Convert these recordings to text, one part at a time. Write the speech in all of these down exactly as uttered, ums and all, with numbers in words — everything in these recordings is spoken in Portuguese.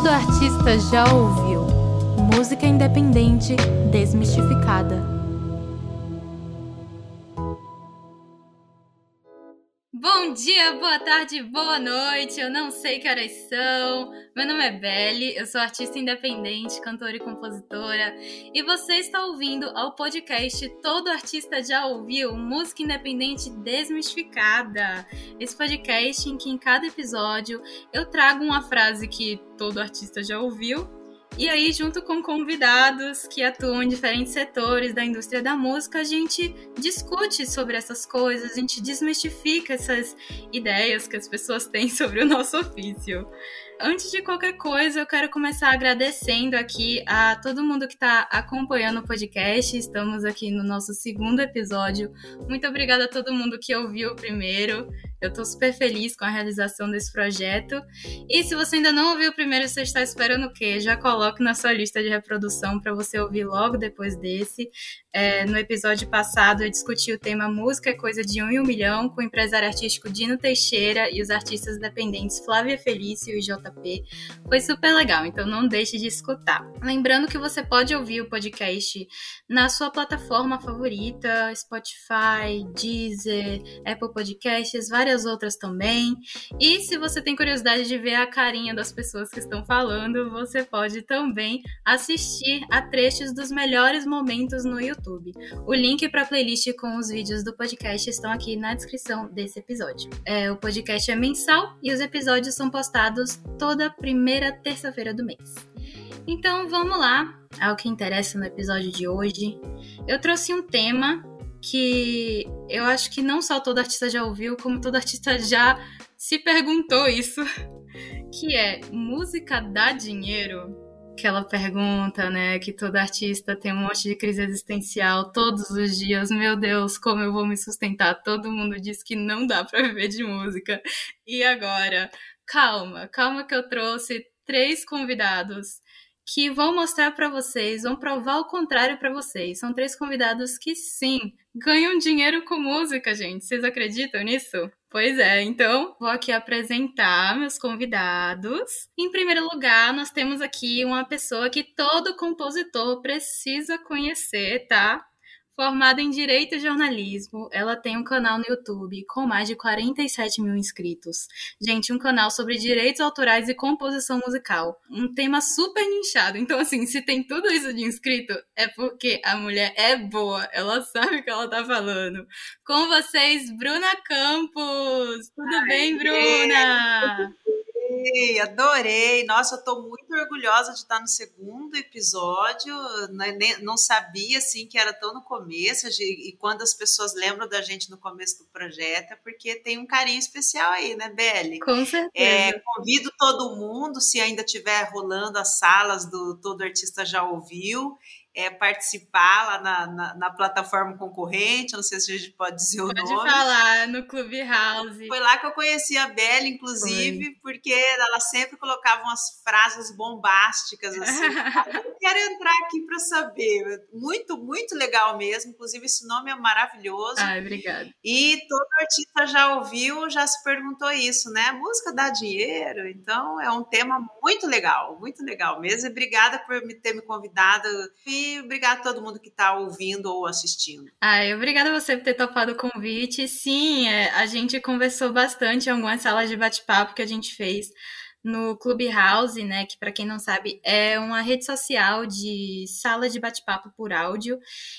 Todo artista já ouviu. Música independente desmistificada. Bom dia, boa tarde, boa noite, eu não sei que horas são. Meu nome é Belle, eu sou artista independente, cantora e compositora. E você está ouvindo ao podcast Todo Artista Já Ouviu, Música Independente Desmistificada. Esse podcast em que em cada episódio eu trago uma frase que todo artista já ouviu. E aí, junto com convidados que atuam em diferentes setores da indústria da música, a gente discute sobre essas coisas, a gente desmistifica essas ideias que as pessoas têm sobre o nosso ofício. Antes de qualquer coisa, eu quero começar agradecendo aqui a todo mundo que está acompanhando o podcast. Estamos aqui no nosso segundo episódio. Muito obrigada a todo mundo que ouviu o primeiro. Eu estou super feliz com a realização desse projeto. E se você ainda não ouviu o primeiro, você está esperando o quê? Já coloque na sua lista de reprodução para você ouvir logo depois desse. É, no episódio passado, eu discuti o tema Música é Coisa de Um em Um Milhão com o empresário artístico Dino Teixeira e os artistas dependentes Flávia Felício e J P. Foi super legal, então não deixe de escutar. Lembrando que você pode ouvir o podcast na sua plataforma favorita, Spotify, Deezer, Apple Podcasts, várias outras também. E se você tem curiosidade de ver a carinha das pessoas que estão falando, você pode também assistir a trechos dos melhores momentos no YouTube. O link para a playlist com os vídeos do podcast estão aqui na descrição desse episódio. É, o podcast é mensal e os episódios são postados toda primeira terça-feira do mês. Então vamos lá ao que interessa no episódio de hoje. Eu trouxe um tema que eu acho que não só todo artista já ouviu, como todo artista já se perguntou isso, que é: música dá dinheiro? Aquela pergunta, né, que todo artista tem um monte de crise existencial todos os dias. Meu Deus, como eu vou me sustentar? Todo mundo diz que não dá pra viver de música. E agora? Calma, calma que eu trouxe três convidados que vão mostrar pra vocês, vão provar o contrário pra vocês. São três convidados que, sim, ganham dinheiro com música, gente. Vocês acreditam nisso? Pois é, então vou aqui apresentar meus convidados. Em primeiro lugar, nós temos aqui uma pessoa que todo compositor precisa conhecer, tá? Formada em Direito e Jornalismo, ela tem um canal no YouTube com mais de quarenta e sete mil inscritos. Gente, um canal sobre direitos autorais e composição musical. Um tema super nichado. Então, assim, se tem tudo isso de inscrito, é porque a mulher é boa. Ela sabe o que ela tá falando. Com vocês, Bruna Campos. Tudo Ai, bem, Bruna? Adorei, adorei. Nossa, eu tô muito orgulhosa de estar no segundo episódio. Não sabia, assim, que era tão no começo. E quando as pessoas lembram da gente no começo do projeto, é porque tem um carinho especial aí, né, Belle? Com certeza. É, convido todo mundo, se ainda estiver rolando as salas do Todo Artista Já Ouviu, É, participar lá na, na, na plataforma concorrente, não sei se a gente pode dizer pode o nome. Pode falar, no Clubhouse. Foi lá que eu conheci a Belle, inclusive, Foi. porque ela sempre colocava umas frases bombásticas, assim. Eu quero entrar aqui para saber. Muito, muito legal mesmo. Inclusive, esse nome é maravilhoso. Ai, obrigada. E todo artista já ouviu, já se perguntou isso, né? Música dá dinheiro? Então, é um tema muito legal, muito legal mesmo. E obrigada por me ter me convidado. E obrigada a todo mundo que está ouvindo ou assistindo. Ai, obrigada a você por ter topado o convite. Sim, é, a gente conversou bastante em algumas salas de bate-papo que a gente fez no Clubhouse, né, que para quem não sabe é uma rede social de sala de bate-papo por áudio.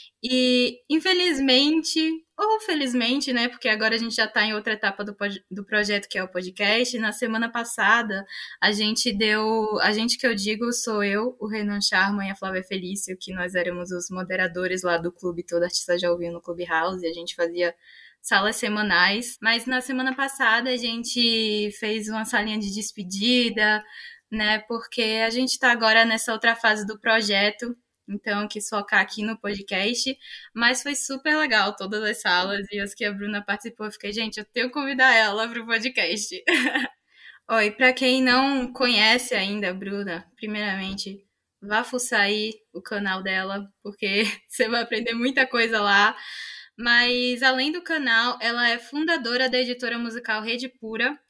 E, infelizmente, ou felizmente, né, porque agora a gente já está em outra etapa do, do projeto, que é o podcast. Na semana passada, a gente deu... A gente que eu digo sou eu, o Renan Charman e a Flávia Felício, que nós éramos os moderadores lá do clube Todo Artista Já Ouviu no Clubhouse, e a gente fazia salas semanais. Mas na semana passada a gente fez uma salinha de despedida, né, porque a gente está agora nessa outra fase do projeto. Então, eu quis focar aqui no podcast, mas foi super legal todas as salas e as que a Bruna participou. Eu fiquei, gente, eu tenho que convidar ela para o podcast. Oi, para quem não conhece ainda a Bruna, primeiramente, vá fuçar aí o canal dela, porque você vai aprender muita coisa lá. Mas, além do canal, ela é fundadora da editora musical Rede Pura,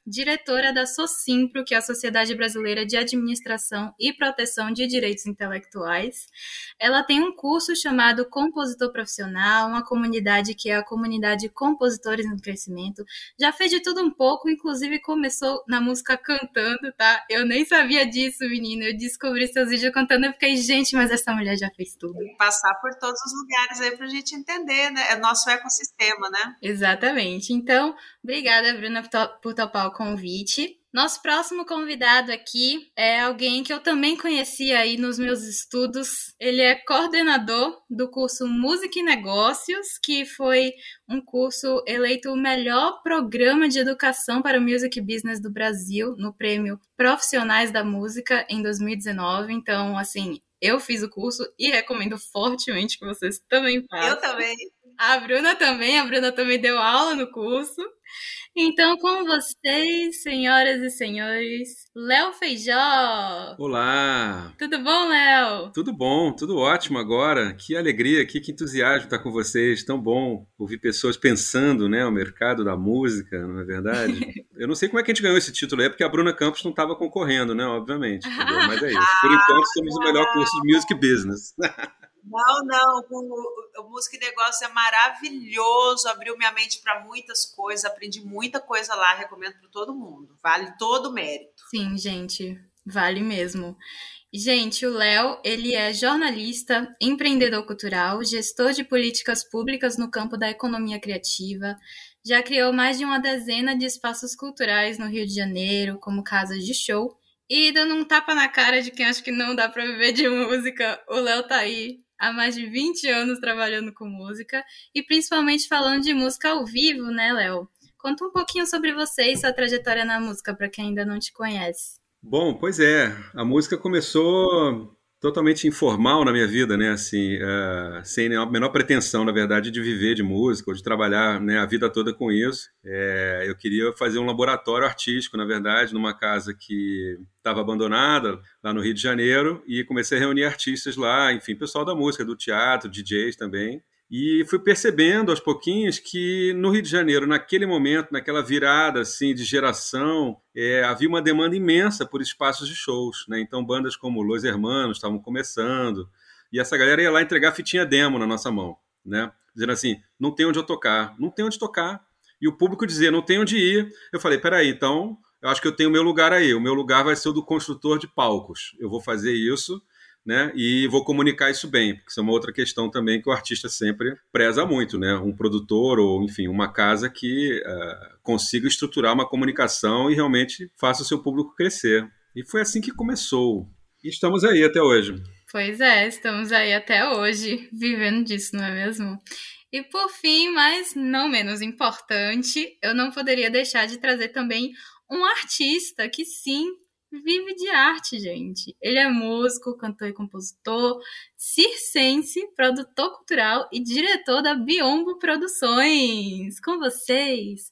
diretora da SOCIMPRO, que é a Sociedade Brasileira de Administração e Proteção de Direitos Intelectuais. Ela tem um curso chamado Compositor Profissional, uma comunidade que é a comunidade Compositores no Crescimento. Já fez de tudo um pouco, inclusive começou na música cantando, tá? Eu nem sabia disso, menina. Eu descobri seus vídeos cantando e fiquei, gente, mas essa mulher já fez tudo. Tem que passar por todos os lugares aí pra gente entender, né? É nosso ecossistema, né? Exatamente. Então, obrigada, Bruna, por topar o convite. Nosso próximo convidado aqui é alguém que eu também conheci aí nos meus estudos. Ele é coordenador do curso Música e Negócios, que foi um curso eleito o melhor programa de educação para o Music Business do Brasil, no prêmio Profissionais da Música, em dois mil e dezenove. Então, assim, eu fiz o curso e recomendo fortemente que vocês também façam. Eu também. A Bruna também, a Bruna também deu aula no curso. Então, com vocês, senhoras e senhores, Léo Feijó. Olá! Tudo bom, Léo? Tudo bom, tudo ótimo agora. Que alegria, que, que entusiasmo estar com vocês. Tão bom ouvir pessoas pensando, né, o mercado da música, não é verdade? Eu não sei como é que a gente ganhou esse título aí, porque a Bruna Campos não estava concorrendo, né, obviamente. Entendeu? Mas é isso. Por enquanto, somos o melhor curso de Music Business. Não, não, o, o Música e Negócios é maravilhoso, abriu minha mente para muitas coisas, aprendi muita coisa lá, recomendo para todo mundo, vale todo o mérito. Sim, gente, vale mesmo. Gente, o Léo, ele é jornalista, empreendedor cultural, gestor de políticas públicas no campo da economia criativa, já criou mais de uma dezena de espaços culturais no Rio de Janeiro, como casas de show, e dando um tapa na cara de quem acha que não dá para viver de música, o Léo tá aí há mais de vinte anos trabalhando com música e principalmente falando de música ao vivo, né, Léo? Conta um pouquinho sobre você e sua trajetória na música, para quem ainda não te conhece. Bom, pois é, a música começou totalmente informal na minha vida, né, assim, uh, sem a menor pretensão, na verdade, de viver de música ou de trabalhar, né, a vida toda com isso. É, eu queria fazer um laboratório artístico, na verdade, numa casa que estava abandonada, lá no Rio de Janeiro, e comecei a reunir artistas lá, enfim, pessoal da música, do teatro, D Js também. E fui percebendo aos pouquinhos que no Rio de Janeiro, naquele momento, naquela virada assim, de geração, é, havia uma demanda imensa por espaços de shows, né? Então bandas como Los Hermanos estavam começando, e essa galera ia lá entregar fitinha demo na nossa mão, né? Dizendo assim, não tem onde eu tocar, não tem onde tocar. E o público dizia, não tem onde ir. Eu falei, peraí, então eu acho que eu tenho o meu lugar aí, o meu lugar vai ser o do construtor de palcos. Eu vou fazer isso, né? E vou comunicar isso bem, porque isso é uma outra questão também que o artista sempre preza muito, né? Um produtor ou, enfim, uma casa que uh, consiga estruturar uma comunicação e realmente faça o seu público crescer. E foi assim que começou. E estamos aí até hoje. Pois é, estamos aí até hoje, vivendo disso, não é mesmo? E por fim, mas não menos importante, eu não poderia deixar de trazer também um artista que sim, vive de arte, gente. Ele é músico, cantor e compositor, circense, produtor cultural e diretor da Biombo Produções. Com vocês,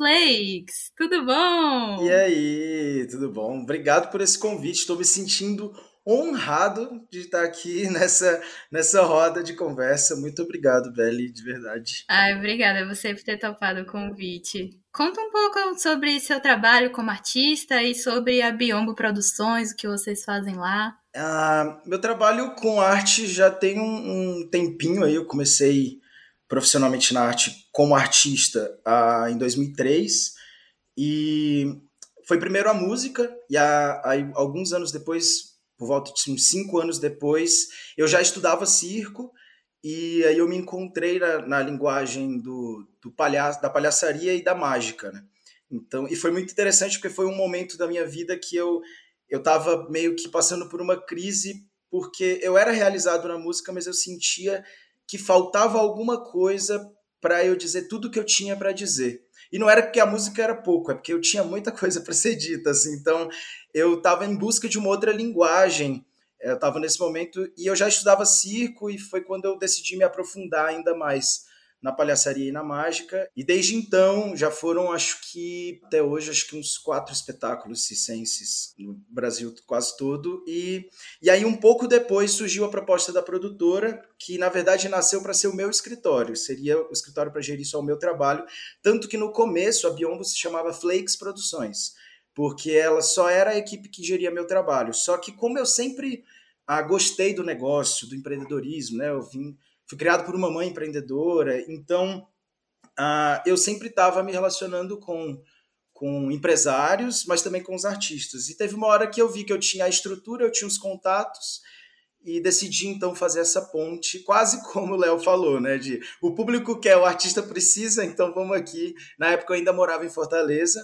Flakes, tudo bom? E aí, tudo bom? Obrigado por esse convite, estou me sentindo honrado de estar aqui nessa, nessa roda de conversa. Muito obrigado, Beli, de verdade. Ai, obrigada a você por ter topado o convite. Conta um pouco sobre seu trabalho como artista e sobre a Biombo Produções, o que vocês fazem lá. Ah, meu trabalho com arte já tem um, um tempinho aí. Eu comecei profissionalmente na arte como artista ah, em dois mil e três e foi primeiro a música e a, a, alguns anos depois, por volta de uns cinco anos depois, eu já estudava circo. E aí eu me encontrei na, na linguagem do, do palhaço, da palhaçaria e da mágica, né? Então, e foi muito interessante porque foi um momento da minha vida que eu eu estava meio que passando por uma crise, porque eu era realizado na música, mas eu sentia que faltava alguma coisa para eu dizer tudo que eu tinha para dizer. E não era porque a música era pouco, é porque eu tinha muita coisa para ser dita, assim. Então eu estava em busca de uma outra linguagem. Eu estava nesse momento e eu já estudava circo e foi quando eu decidi me aprofundar ainda mais na Palhaçaria e na Mágica, e desde então já foram, acho que, até hoje, acho que uns quatro espetáculos circenses no Brasil quase todo, e, e aí um pouco depois surgiu a proposta da produtora, que na verdade nasceu para ser o meu escritório, seria o escritório para gerir só o meu trabalho, tanto que no começo a Biombo se chamava Flakes Produções, porque ela só era a equipe que geria meu trabalho, só que como eu sempre ah, gostei do negócio, do empreendedorismo, né, eu vim Fui criado por uma mãe empreendedora, então uh, eu sempre estava me relacionando com, com empresários, mas também com os artistas. E teve uma hora que eu vi que eu tinha a estrutura, eu tinha os contatos, e decidi então fazer essa ponte, quase como o Léo falou, né? De o público quer, o artista precisa, então vamos aqui. Na época eu ainda morava em Fortaleza,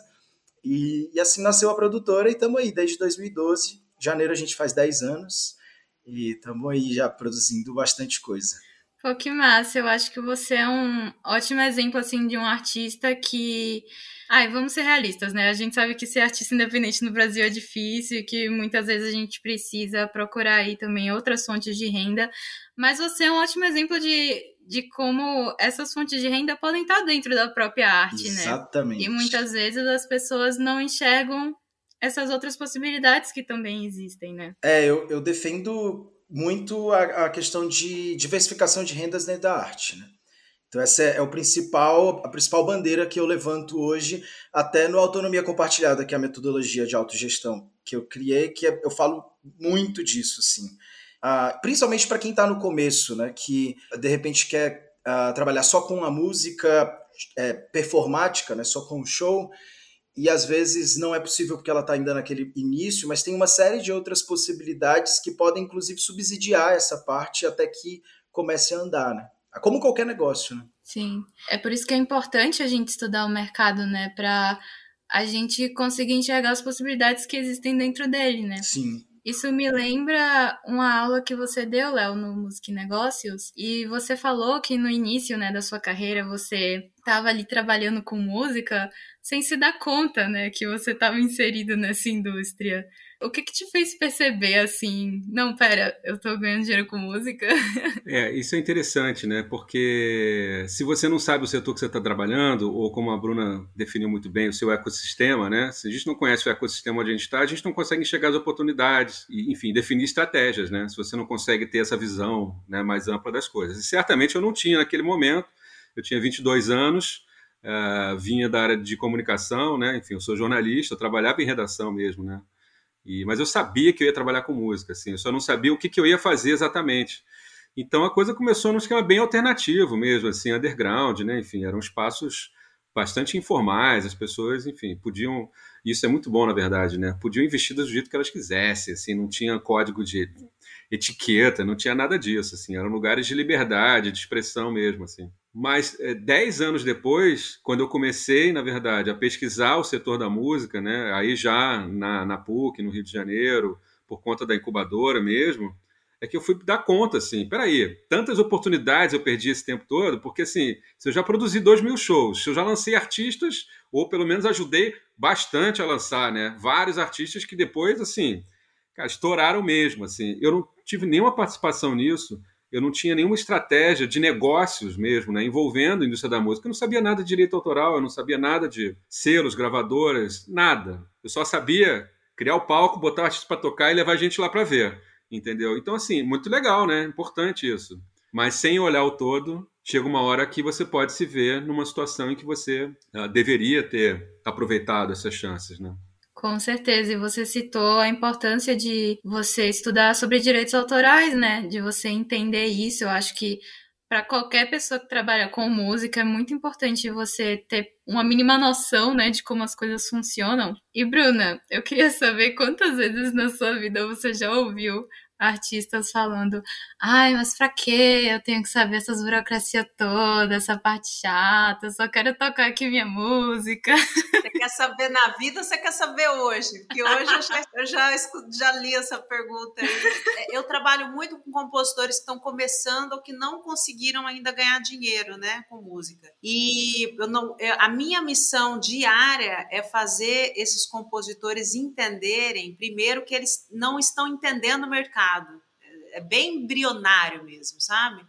e, e assim nasceu a produtora, e estamos aí desde dois mil e doze. Em janeiro a gente faz dez anos, e estamos aí já produzindo bastante coisa. Pô, que massa, eu acho que você é um ótimo exemplo, assim, de um artista que... Ai, vamos ser realistas, né? A gente sabe que ser artista independente no Brasil é difícil e que muitas vezes a gente precisa procurar aí também outras fontes de renda, mas você é um ótimo exemplo de, de como essas fontes de renda podem estar dentro da própria arte, né? Exatamente. E muitas vezes as pessoas não enxergam essas outras possibilidades que também existem, né? É, eu, eu defendo muito a, a questão de diversificação de rendas dentro da arte, né? Então essa é, é o principal, a principal bandeira que eu levanto hoje, até no Autonomia Compartilhada, que é a metodologia de autogestão que eu criei, que é, eu falo muito disso, assim. Ah, principalmente para quem está no começo, né? Que de repente quer ah, trabalhar só com a música é, performática, né? Só com o show, e às vezes não é possível porque ela está ainda naquele início, mas tem uma série de outras possibilidades que podem, inclusive, subsidiar essa parte até que comece a andar, né? Como qualquer negócio, né? Sim. É por isso que é importante a gente estudar o mercado, né? Para a gente conseguir enxergar as possibilidades que existem dentro dele, né? Sim. Isso me lembra uma aula que você deu, Léo, no Música e Negócios, e você falou que no início, né, da sua carreira você estava ali trabalhando com música sem se dar conta, né, que você estava inserido nessa indústria. O que que te fez perceber, assim, não, pera, eu tô ganhando dinheiro com música? É, isso é interessante, né? Porque se você não sabe o setor que você está trabalhando, ou como a Bruna definiu muito bem, o seu ecossistema, né? Se a gente não conhece o ecossistema onde a gente está, a gente não consegue enxergar as oportunidades e, enfim, definir estratégias, né? Se você não consegue ter essa visão, né, mais ampla das coisas. E certamente eu não tinha naquele momento, eu tinha vinte e dois anos, uh, vinha da área de comunicação, né? Enfim, eu sou jornalista, eu trabalhava em redação mesmo, né? E, mas eu sabia que eu ia trabalhar com música, assim, eu só não sabia o que, que eu ia fazer exatamente. Então a coisa começou num esquema bem alternativo mesmo, assim, underground, né? Enfim, eram espaços bastante informais, as pessoas, enfim, podiam... Isso é muito bom, na verdade, né? Podiam investir do jeito que elas quisessem, assim, não tinha código de etiqueta, não tinha nada disso, assim, eram lugares de liberdade, de expressão mesmo, assim. Mas é, dez anos depois, quando eu comecei, na verdade, a pesquisar o setor da música, né, aí já na, na P U C, no Rio de Janeiro, por conta da incubadora mesmo, é que eu fui dar conta, assim, peraí, tantas oportunidades eu perdi esse tempo todo, porque, assim, se eu já produzi dois mil shows, se eu já lancei artistas, ou pelo menos ajudei bastante a lançar, né, vários artistas que depois, assim, cara, estouraram mesmo, assim, eu não tive nenhuma participação nisso, eu não tinha nenhuma estratégia de negócios mesmo, né, envolvendo a indústria da música. Eu não sabia nada de direito autoral, eu não sabia nada de selos, gravadoras, nada. Eu só sabia criar o palco, botar o artista para tocar e levar a gente lá para ver, entendeu? Então, assim, muito legal, né? Importante isso. Mas sem olhar o todo, chega uma hora que você pode se ver numa situação em que você uh, deveria ter aproveitado essas chances, né? Com certeza, e você citou a importância de você estudar sobre direitos autorais, né? De você entender isso. Eu acho que para qualquer pessoa que trabalha com música é muito importante você ter uma mínima noção, né, de como as coisas funcionam. E Bruna, eu queria saber quantas vezes na sua vida você já ouviu artistas falando: ai, mas pra quê? Eu tenho que saber essas burocracias todas, essa parte chata, eu só quero tocar aqui minha música. Você quer saber na vida ou você quer saber hoje? Porque hoje eu já, eu já, já li essa pergunta aí. Eu trabalho muito com compositores que estão começando ou que não conseguiram ainda ganhar dinheiro, né, com música. E eu não, a minha missão diária é fazer esses compositores entenderem, primeiro, que eles não estão entendendo o mercado. É bem embrionário mesmo, sabe?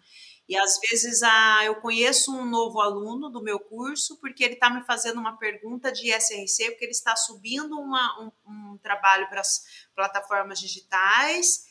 E às vezes ah, eu conheço um novo aluno do meu curso porque ele está me fazendo uma pergunta de I S R C, porque ele está subindo uma, um, um trabalho para as plataformas digitais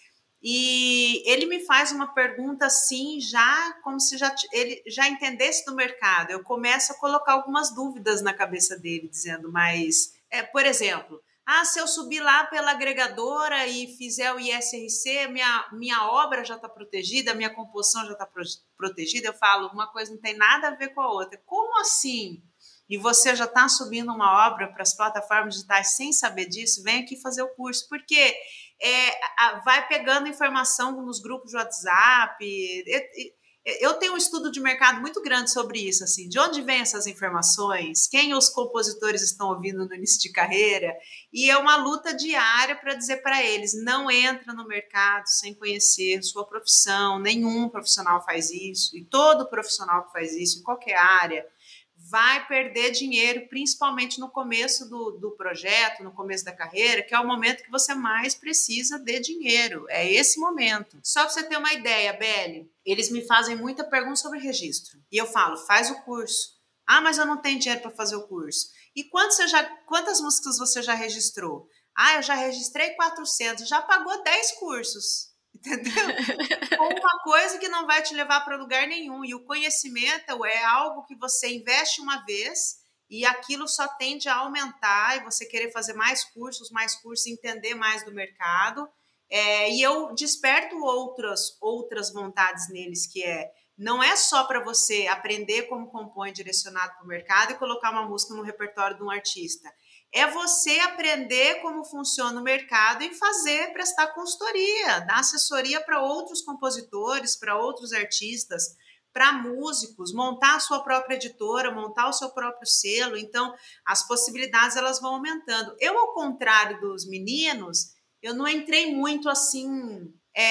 e ele me faz uma pergunta assim, já como se já, ele já entendesse do mercado. Eu começo a colocar algumas dúvidas na cabeça dele, dizendo, mas, é, por exemplo, ah, se eu subir lá pela agregadora e fizer o I S R C, minha, minha obra já está protegida, minha composição já está pro, protegida. Eu falo, uma coisa não tem nada a ver com a outra. Como assim? E você já está subindo uma obra para as plataformas digitais sem saber disso? Vem aqui fazer o curso. Porque é, a, vai pegando informação nos grupos de WhatsApp. E, e, eu tenho um estudo de mercado muito grande sobre isso, assim, de onde vêm essas informações, quem os compositores estão ouvindo no início de carreira, e é uma luta diária para dizer para eles, não entra no mercado sem conhecer sua profissão, nenhum profissional faz isso, e todo profissional que faz isso, em qualquer área, vai perder dinheiro, principalmente no começo do, do projeto, no começo da carreira, que é o momento que você mais precisa de dinheiro. É esse momento. Só para você ter uma ideia, Beli, eles me fazem muita pergunta sobre registro. E eu falo, faz o curso. Ah, mas eu não tenho dinheiro para fazer o curso. E quantas, você já, quantas músicas você já registrou? Ah, eu já registrei quatrocentos. Já pagou dez cursos. Entendeu? Ou uma coisa que não vai te levar para lugar nenhum. E o conhecimento é algo que você investe uma vez e aquilo só tende a aumentar e você querer fazer mais cursos, mais cursos, entender mais do mercado. É, e eu desperto outras, outras vontades neles, que é, não é só para você aprender como compõe direcionado para o mercado e colocar uma música no repertório de um artista. É você aprender como funciona o mercado e fazer, prestar consultoria, dar assessoria para outros compositores, para outros artistas, para músicos, montar a sua própria editora, montar o seu próprio selo. Então, as possibilidades elas vão aumentando. Eu, ao contrário dos meninos, eu não entrei muito assim,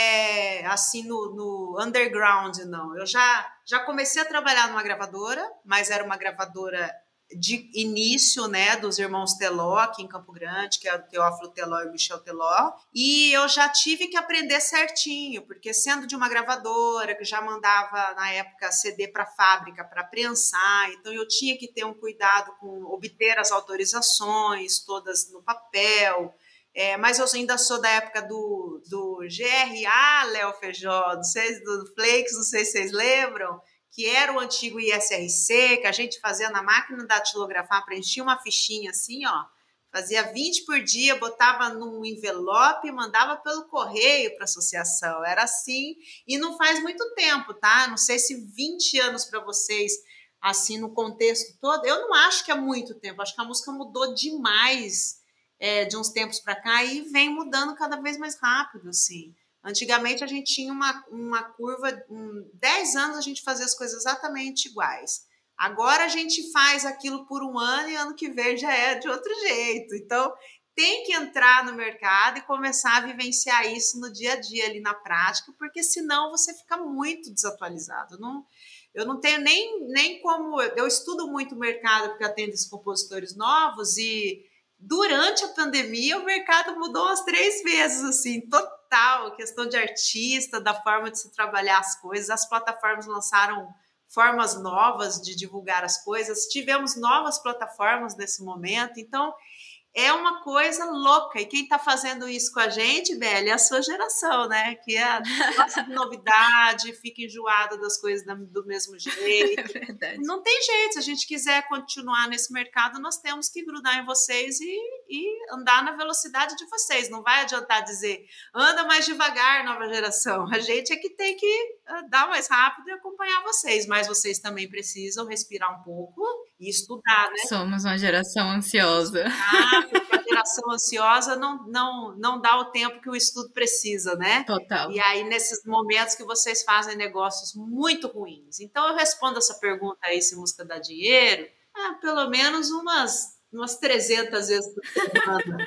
é, assim no, no underground, não. Eu já, já comecei a trabalhar numa gravadora, mas era uma gravadora de início, né, dos irmãos Teló, aqui em Campo Grande, que é o Teófilo Teló e o Michel Teló, e eu já tive que aprender certinho, porque sendo de uma gravadora, que já mandava, na época, C D para fábrica, para prensar, então eu tinha que ter um cuidado com obter as autorizações, todas no papel, é, mas eu ainda sou da época do, do G R A, Léo Feijó, não sei, do Flakes, não sei se vocês lembram, que era o antigo I S R C, que a gente fazia na máquina datilografar, preenchia uma fichinha assim, ó, fazia vinte por dia, botava num envelope e mandava pelo correio para a associação, era assim, e não faz muito tempo, tá? Não sei se vinte anos para vocês, assim, no contexto todo, eu não acho que é muito tempo, acho que a música mudou demais é, de uns tempos para cá e vem mudando cada vez mais rápido, assim. Antigamente a gente tinha uma, uma curva, um, dez anos a gente fazia as coisas exatamente iguais. Agora a gente faz aquilo por um ano e ano que vem já é de outro jeito. Então tem que entrar no mercado e começar a vivenciar isso no dia a dia ali na prática, porque senão você fica muito desatualizado. Não, eu não tenho nem, nem como... Eu estudo muito o mercado porque atendo esses compositores novos e durante a pandemia o mercado mudou umas três vezes, assim, total, questão de artista, da forma de se trabalhar as coisas, as plataformas lançaram formas novas de divulgar as coisas, tivemos novas plataformas nesse momento, então é uma coisa louca, e quem está fazendo isso com a gente, Beli, é a sua geração, né, que é, gosta de novidade, fica enjoada das coisas do mesmo jeito. É verdade. Não tem jeito, se a gente quiser continuar nesse mercado, nós temos que grudar em vocês e, e andar na velocidade de vocês, não vai adiantar dizer, anda mais devagar, nova geração, a gente é que tem que dar mais rápido e acompanhar vocês, mas vocês também precisam respirar um pouco e estudar, né? Somos uma geração ansiosa. Ah, porque a geração ansiosa não, não, não dá o tempo que o estudo precisa, né? Total. E aí, nesses momentos que vocês fazem negócios muito ruins. Então, eu respondo essa pergunta aí, se música dá dinheiro, ah, pelo menos umas, umas trezentas vezes por semana.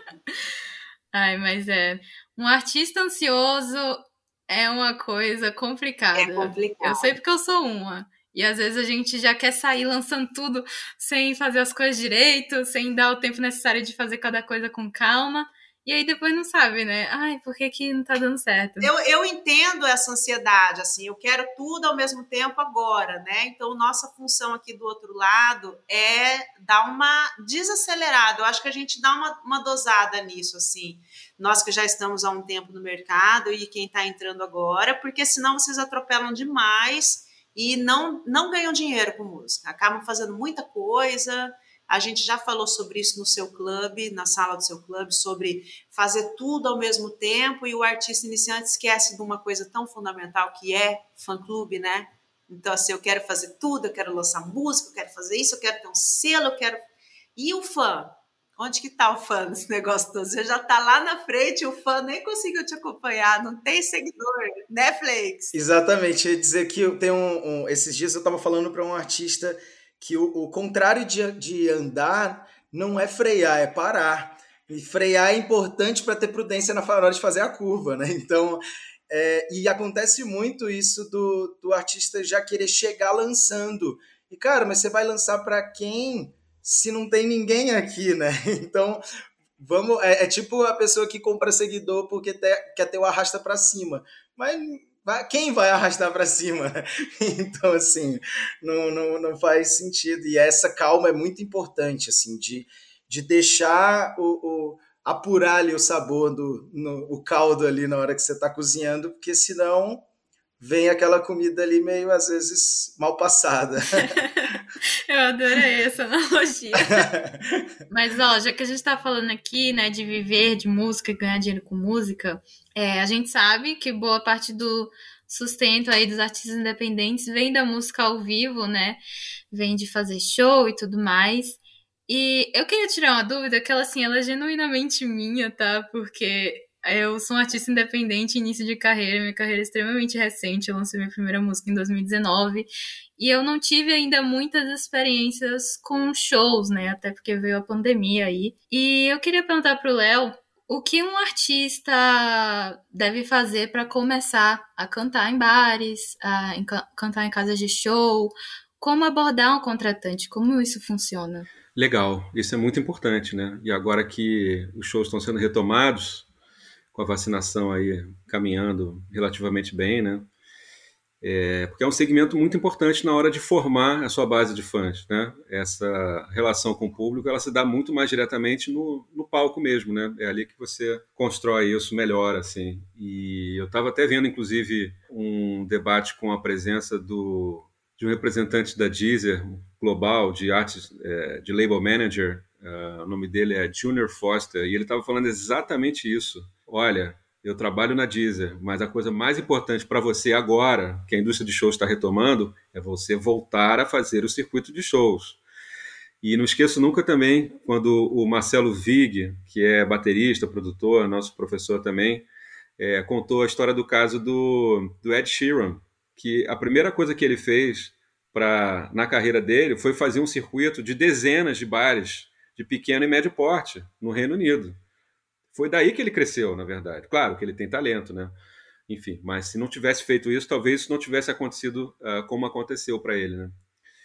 Ai, mas é... Um artista ansioso é uma coisa complicada. É complicado. Eu sei porque eu sou uma. E às vezes a gente já quer sair lançando tudo sem fazer as coisas direito, sem dar o tempo necessário de fazer cada coisa com calma. e aí depois não sabe, né? Ai, por que que não tá dando certo? Eu, eu entendo essa ansiedade, assim, eu quero tudo ao mesmo tempo agora, né? Então, nossa função aqui do outro lado é dar uma desacelerada. Eu acho que a gente dá uma, uma dosada nisso, assim. Nós que já estamos há um tempo no mercado e quem está entrando agora, porque senão vocês atropelam demais e não, não ganham dinheiro com música. Acabam fazendo muita coisa. A gente já falou sobre isso no seu clube, na sala do seu clube, sobre fazer tudo ao mesmo tempo, e o artista iniciante esquece de uma coisa tão fundamental que é fã-clube, né? Então, assim, eu quero fazer tudo, eu quero lançar música, eu quero fazer isso, eu quero ter um selo, eu quero... E o fã? Onde que tá o fã nesse negócio todo? Você já tá lá na frente, o fã nem conseguiu te acompanhar, não tem seguidor, né, Flakes? Exatamente, eu ia dizer que eu tenho um, um, esses dias eu tava falando para um artista que o, o contrário de, de andar não é frear, é parar. E frear é importante para ter prudência na hora de fazer a curva, né? Então, é, e acontece muito isso do, do artista já querer chegar lançando. E, cara, mas você vai lançar para quem se não tem ninguém aqui, né? Então, vamos, é, é tipo a pessoa que compra seguidor porque te, quer ter o arrasta para cima. Mas... quem vai arrastar para cima? Então, assim, não, não, não faz sentido. E essa calma é muito importante, assim, de, de deixar o, o apurar ali o sabor do no, o caldo ali na hora que você está cozinhando, porque senão vem aquela comida ali meio, às vezes, mal passada. Eu adorei essa analogia. Mas, ó, já que a gente tá falando aqui, né, de viver de música e ganhar dinheiro com música, é, a gente sabe que boa parte do sustento aí dos artistas independentes vem da música ao vivo, né? Vem de fazer show e tudo mais. E eu queria tirar uma dúvida, que ela, assim, ela é genuinamente minha, tá? Porque eu sou um artista independente, início de carreira, minha carreira é extremamente recente, eu lancei minha primeira música em dois mil e dezenove, e eu não tive ainda muitas experiências com shows, né, até porque veio a pandemia aí. E eu queria perguntar pro Léo, o que um artista deve fazer para começar a cantar em bares, a em, cantar em casas de show, como abordar um contratante, como isso funciona? Legal, isso é muito importante, né? E agora que os shows estão sendo retomados, com a vacinação aí caminhando relativamente bem, né? É, porque é um segmento muito importante na hora de formar a sua base de fãs, né? Essa relação com o público, ela se dá muito mais diretamente no, no palco mesmo, né? É ali que você constrói isso melhor, assim. E eu estava até vendo, inclusive, um debate com a presença do, de um representante da Deezer global, de artes, é, de label manager, uh, o nome dele é Junior Foster, e ele estava falando exatamente isso. Olha, eu trabalho na Deezer, mas a coisa mais importante para você agora, que a indústria de shows está retomando, é você voltar a fazer o circuito de shows. E não esqueço nunca também quando o Marcelo Vig, que é baterista, produtor, nosso professor também, é, contou a história do caso do, do Ed Sheeran, que a primeira coisa que ele fez pra, na carreira dele foi fazer um circuito de dezenas de bares de pequeno e médio porte no Reino Unido. Foi daí que ele cresceu, na verdade. Claro que ele tem talento, né? Enfim, mas se não tivesse feito isso, talvez isso não tivesse acontecido uh, como aconteceu para ele, né?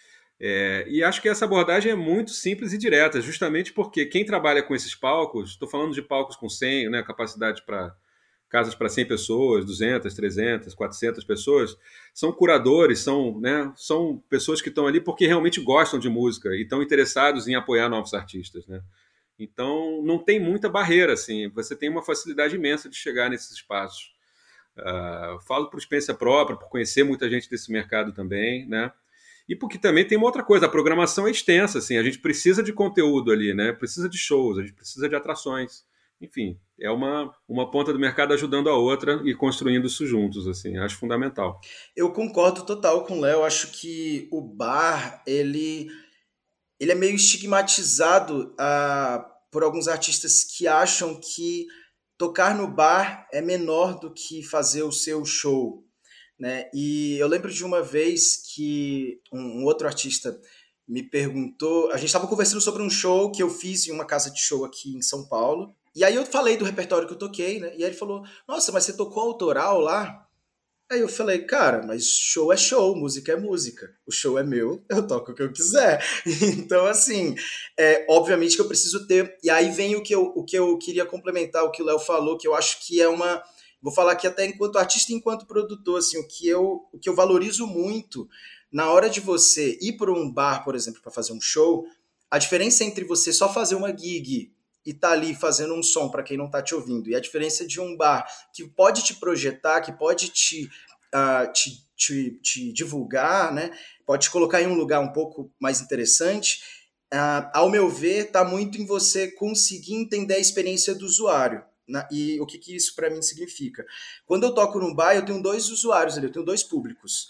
É, e acho que essa abordagem é muito simples e direta, justamente porque quem trabalha com esses palcos, estou falando de palcos com cem, né, capacidade para casas para cem pessoas, duzentas, trezentas, quatrocentas pessoas, são curadores, são, né, são pessoas que estão ali porque realmente gostam de música e estão interessados em apoiar novos artistas, né? Então, não tem muita barreira, assim. Você tem uma facilidade imensa de chegar nesses espaços. Uh, falo por experiência própria, por conhecer muita gente desse mercado também, né? E porque também tem uma outra coisa, a programação é extensa, assim. A gente precisa de conteúdo ali, né? Precisa de shows, a gente precisa de atrações. Enfim, é uma, uma ponta do mercado ajudando a outra e construindo isso juntos, assim. Acho fundamental. Eu concordo total com o Léo. Acho que o bar, ele... ele é meio estigmatizado uh, por alguns artistas que acham que tocar no bar é menor do que fazer o seu show, né? E eu lembro de uma vez que um, um outro artista me perguntou, a gente estava conversando sobre um show que eu fiz em uma casa de show aqui em São Paulo, e aí eu falei do repertório que eu toquei, né? E aí ele falou, nossa, mas você tocou autoral lá? Aí eu falei, cara, mas show é show, música é música. O show é meu, eu toco o que eu quiser. Então, assim, é, obviamente que eu preciso ter. E aí vem o que eu, o que eu queria complementar, o que o Léo falou, que eu acho que é uma. Vou falar aqui até enquanto artista e enquanto produtor, assim, o que eu, o que eu valorizo muito na hora de você ir para um bar, por exemplo, para fazer um show, a diferença entre você só fazer uma gig e tá ali fazendo um som para quem não tá te ouvindo, e a diferença de um bar que pode te projetar, que pode te, uh, te, te, te divulgar, né? Pode te colocar em um lugar um pouco mais interessante, uh, ao meu ver, tá muito em você conseguir entender a experiência do usuário. Na, e o que, que isso para mim significa? Quando eu toco num bar, eu tenho dois usuários ali, eu tenho dois públicos.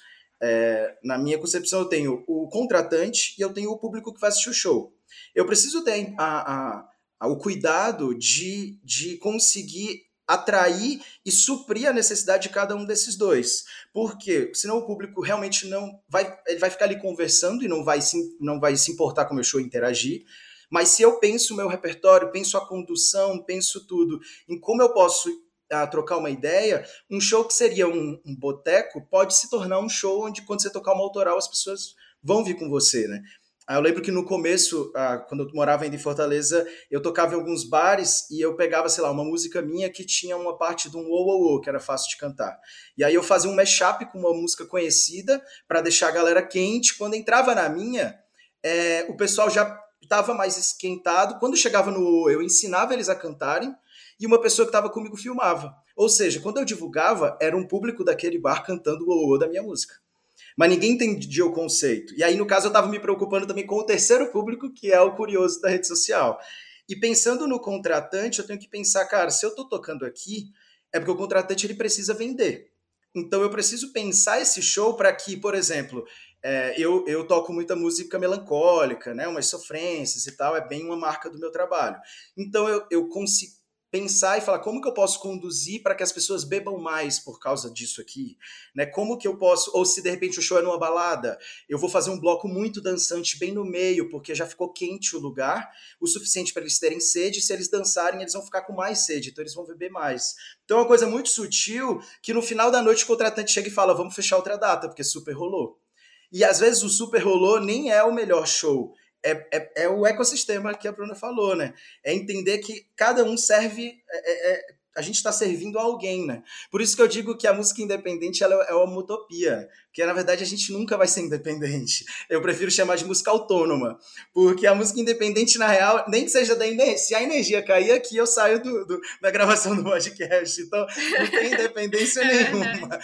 É, na minha concepção, eu tenho o contratante e eu tenho o público que vai assistir o show. Eu preciso ter a, a, o cuidado de, de conseguir atrair e suprir a necessidade de cada um desses dois. Porque senão o público realmente não vai, ele vai ficar ali conversando e não vai se, não vai se importar com o meu show e interagir. Mas se eu penso o meu repertório, penso a condução, penso tudo, em como eu posso uh, trocar uma ideia, um show que seria um, um boteco pode se tornar um show onde quando você tocar uma autoral as pessoas vão vir com você, né? Eu lembro que no começo, quando eu morava ainda em Fortaleza, eu tocava em alguns bares e eu pegava, sei lá, uma música minha que tinha uma parte de um uou, uou, uou, que era fácil de cantar. E aí eu fazia um mashup com uma música conhecida para deixar a galera quente. Quando entrava na minha, é, o pessoal já estava mais esquentado. Quando chegava no uou, eu ensinava eles a cantarem e uma pessoa que estava comigo filmava. Ou seja, quando eu divulgava, era um público daquele bar cantando o uou, uou da minha música. Mas ninguém entendia o conceito. E aí, no caso, eu estava me preocupando também com o terceiro público, que é o curioso da rede social. E pensando no contratante, eu tenho que pensar, cara, se eu estou tocando aqui, é porque o contratante ele precisa vender. Então, eu preciso pensar esse show para que, por exemplo, é, eu, eu toco muita música melancólica, né, umas sofrências e tal, é bem uma marca do meu trabalho. Então, eu, eu consigo pensar e falar como que eu posso conduzir para que as pessoas bebam mais por causa disso aqui, né? Como que eu posso, ou se de repente o show é numa balada, eu vou fazer um bloco muito dançante bem no meio, porque já ficou quente o lugar, o suficiente para eles terem sede, e se eles dançarem, eles vão ficar com mais sede, então eles vão beber mais. Então é uma coisa muito sutil, que no final da noite o contratante chega e fala, vamos fechar outra data, porque super rolou. E às vezes o super rolou nem é o melhor show, É, é, é o ecossistema que a Bruna falou, né? É entender que cada um serve... É, é, a gente está servindo a alguém, né? Por isso que eu digo que a música independente ela é uma utopia. Porque, na verdade, a gente nunca vai ser independente. Eu prefiro chamar de música autônoma. Porque a música independente, na real, nem que seja da energia... Se a energia cair aqui, eu saio do, do, da gravação do podcast. Então, não tem independência nenhuma.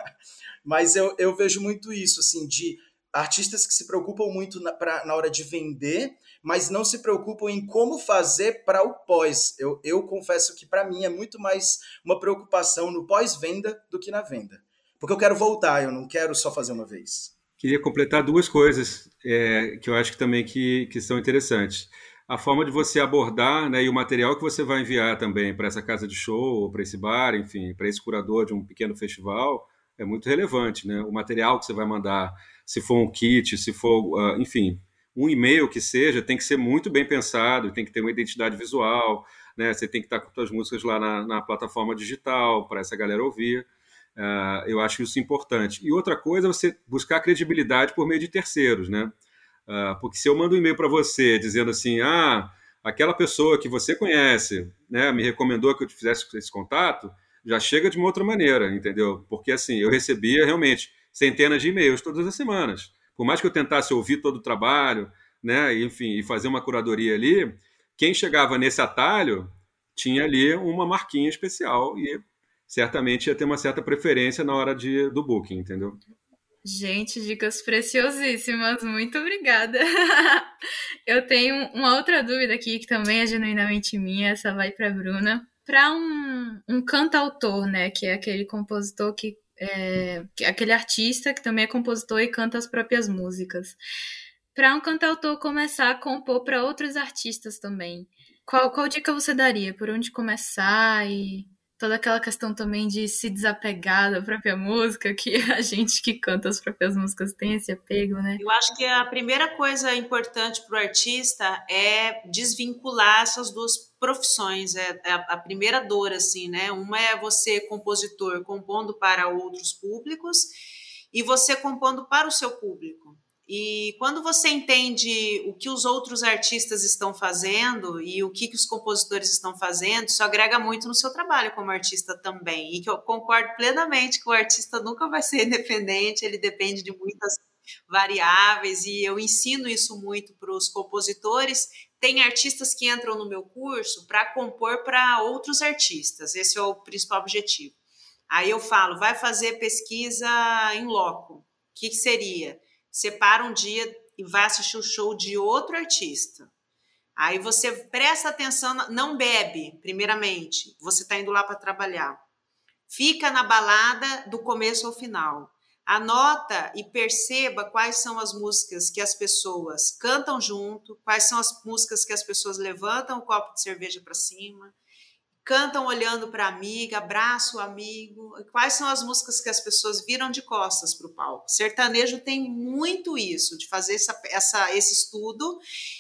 Mas eu, eu vejo muito isso, assim, de... artistas que se preocupam muito na, pra, na hora de vender, mas não se preocupam em como fazer para o pós. Eu, eu confesso que, para mim, é muito mais uma preocupação no pós-venda do que na venda. Porque eu quero voltar, eu não quero só fazer uma vez. Queria completar duas coisas é, que eu acho que também que, que são interessantes. A forma de você abordar, né, e o material que você vai enviar também para essa casa de show, para esse bar, enfim, para esse curador de um pequeno festival, é muito relevante, né? O material que você vai mandar, se for um kit, se for, uh, enfim, um e-mail que seja, tem que ser muito bem pensado, tem que ter uma identidade visual, né? Você tem que estar com suas músicas lá na, na plataforma digital para essa galera ouvir. Uh, eu acho isso importante. E outra coisa é você buscar credibilidade por meio de terceiros, né? Uh, porque se eu mando um e-mail para você dizendo assim, ah, aquela pessoa que você conhece, né, me recomendou que eu fizesse esse contato, já chega de uma outra maneira, entendeu? Porque assim, eu recebia realmente centenas de e-mails todas as semanas. Por mais que eu tentasse ouvir todo o trabalho, né, enfim, e fazer uma curadoria ali, quem chegava nesse atalho tinha ali uma marquinha especial e certamente ia ter uma certa preferência na hora de, do booking, entendeu? Gente, dicas preciosíssimas, muito obrigada. Eu tenho uma outra dúvida aqui que também é genuinamente minha, essa vai para a Bruna. Para um, um cantautor, né, que é aquele compositor que é, que é aquele artista que também é compositor e canta as próprias músicas. Para um cantautor começar a compor para outros artistas também, qual, qual dica você daria? Por onde começar e toda aquela questão também de se desapegar da própria música, que a gente que canta as próprias músicas tem esse apego, né? Eu acho que a primeira coisa importante para o artista é desvincular essas duas profissões. É a primeira dor, assim, né? Uma é você, compositor, compondo para outros públicos, e você compondo para o seu público. E quando você entende o que os outros artistas estão fazendo e o que, que os compositores estão fazendo, isso agrega muito no seu trabalho como artista também. E que eu concordo plenamente que o artista nunca vai ser independente, ele depende de muitas variáveis, e eu ensino isso muito para os compositores. Tem artistas que entram no meu curso para compor para outros artistas, esse é o principal objetivo. Aí eu falo, vai fazer pesquisa em loco. O que, que seria? Separa um dia e vai assistir o show de outro artista. Aí você presta atenção, não bebe, primeiramente. Você está indo lá para trabalhar. Fica na balada do começo ao final. Anota e perceba quais são as músicas que as pessoas cantam junto, quais são as músicas que as pessoas levantam o copo de cerveja para cima, cantam olhando para a amiga, abraço o amigo. Quais são as músicas que as pessoas viram de costas para o palco? Sertanejo tem muito isso, de fazer essa, essa, esse estudo,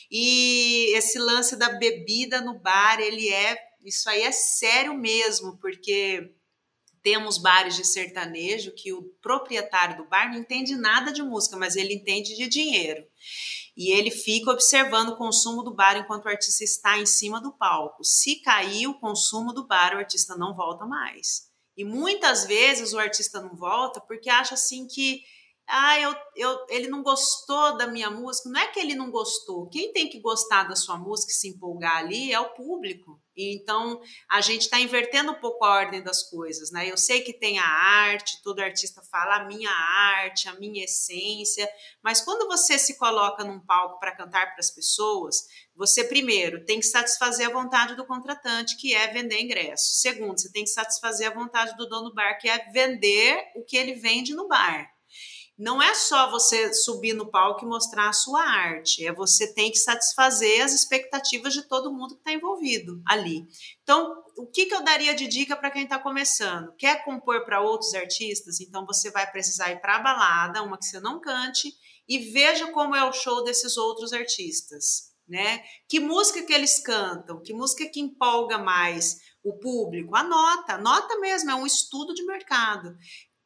e esse lance da bebida no bar, ele é, isso aí é sério mesmo, porque temos bares de sertanejo que o proprietário do bar não entende nada de música, mas ele entende de dinheiro. E ele fica observando o consumo do bar enquanto o artista está em cima do palco. Se cair o consumo do bar, o artista não volta mais. E muitas vezes o artista não volta porque acha assim que ah, eu, eu, ele não gostou da minha música. Não é que ele não gostou. Quem tem que gostar da sua música e se empolgar ali é o público. E então, a gente está invertendo um pouco a ordem das coisas, né? Eu sei que tem a arte, todo artista fala a minha arte, a minha essência, mas quando você se coloca num palco para cantar para as pessoas, você, primeiro, tem que satisfazer a vontade do contratante, que é vender ingresso. Segundo, você tem que satisfazer a vontade do dono do bar, que é vender o que ele vende no bar. Não é só você subir no palco e mostrar a sua arte, é você tem que satisfazer as expectativas de todo mundo que está envolvido ali. Então, o que, que eu daria de dica para quem está começando? Quer compor para outros artistas? Então, você vai precisar ir para a balada, uma que você não cante, e veja como é o show desses outros artistas, né? Que música que eles cantam? Que música que empolga mais o público? Anota, anota mesmo, é um estudo de mercado.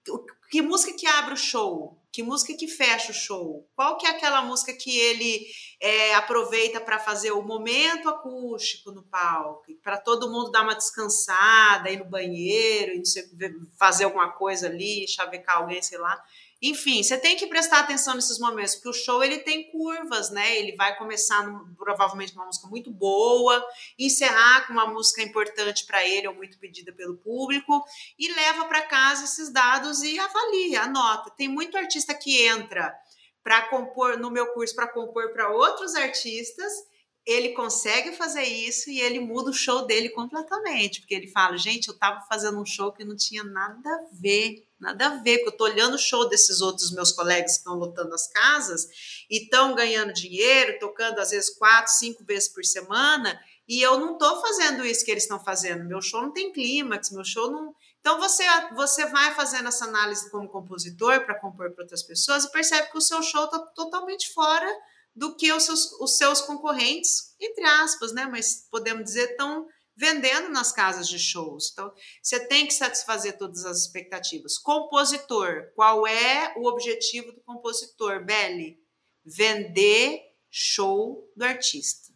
Que música que abre o show? Que música que fecha o show? Qual que é aquela música que ele é, aproveita para fazer o momento acústico no palco, para todo mundo dar uma descansada, ir no banheiro, fazer alguma coisa ali, chavecar alguém, sei lá. Enfim, você tem que prestar atenção nesses momentos, porque o show ele tem curvas, né? Ele vai começar no, provavelmente com uma música muito boa, encerrar com uma música importante para ele ou muito pedida pelo público, e leva para casa esses dados e avalia, anota. Tem muito artista que entra para compor no meu curso para compor para outros artistas. Ele consegue fazer isso e ele muda o show dele completamente, porque ele fala, gente, eu estava fazendo um show que não tinha nada a ver, nada a ver, porque eu estou olhando o show desses outros meus colegas que estão lotando as casas e estão ganhando dinheiro, tocando às vezes quatro, cinco vezes por semana, e eu não estou fazendo isso que eles estão fazendo, meu show não tem clímax, meu show não... Então você, você vai fazendo essa análise como compositor para compor para outras pessoas e percebe que o seu show está totalmente fora do que os seus, os seus concorrentes, entre aspas, né? Mas podemos dizer, estão vendendo nas casas de shows. Então, você tem que satisfazer todas as expectativas. Compositor, qual é o objetivo do compositor, Beli? Vender show do artista.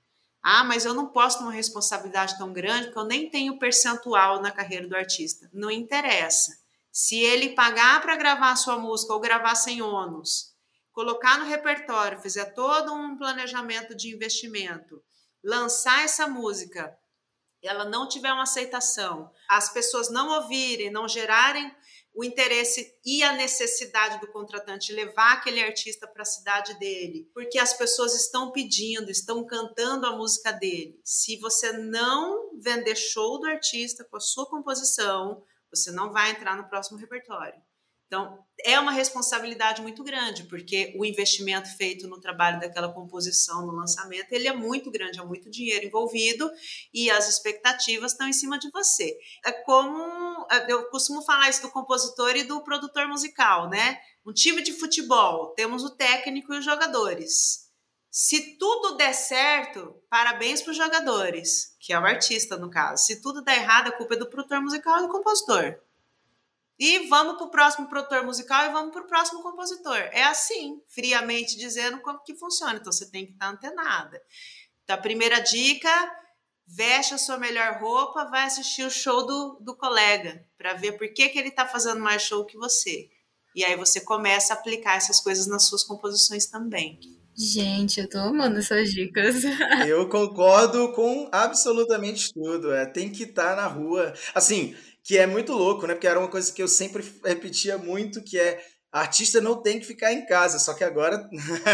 Ah, mas eu não posso ter uma responsabilidade tão grande porque eu nem tenho percentual na carreira do artista. Não interessa. Se ele pagar para gravar a sua música ou gravar sem ônus, colocar no repertório, fizer todo um planejamento de investimento, lançar essa música, ela não tiver uma aceitação, as pessoas não ouvirem, não gerarem o interesse e a necessidade do contratante levar aquele artista para a cidade dele, porque as pessoas estão pedindo, estão cantando a música dele. Se você não vender show do artista com a sua composição, você não vai entrar no próximo repertório. Então, é uma responsabilidade muito grande, porque o investimento feito no trabalho daquela composição, no lançamento, ele é muito grande, é muito dinheiro envolvido e as expectativas estão em cima de você. É como, eu costumo falar isso do compositor e do produtor musical, né? Um time de futebol, temos o técnico e os jogadores. Se tudo der certo, parabéns para os jogadores, que é o artista no caso. Se tudo der errado, a culpa é do produtor musical e do compositor. E vamos para o próximo produtor musical e vamos para o próximo compositor. É assim, friamente dizendo como que funciona. Então, você tem que estar antenada. Então, a primeira dica, veste a sua melhor roupa, vai assistir o show do, do colega, para ver por que, que ele está fazendo mais show que você. E aí você começa a aplicar essas coisas nas suas composições também. Gente, eu tô amando essas dicas. Eu concordo com absolutamente tudo. É, tem que estar na rua. Assim, que é muito louco, né? Porque era uma coisa que eu sempre repetia muito, que é artista não tem que ficar em casa. Só que agora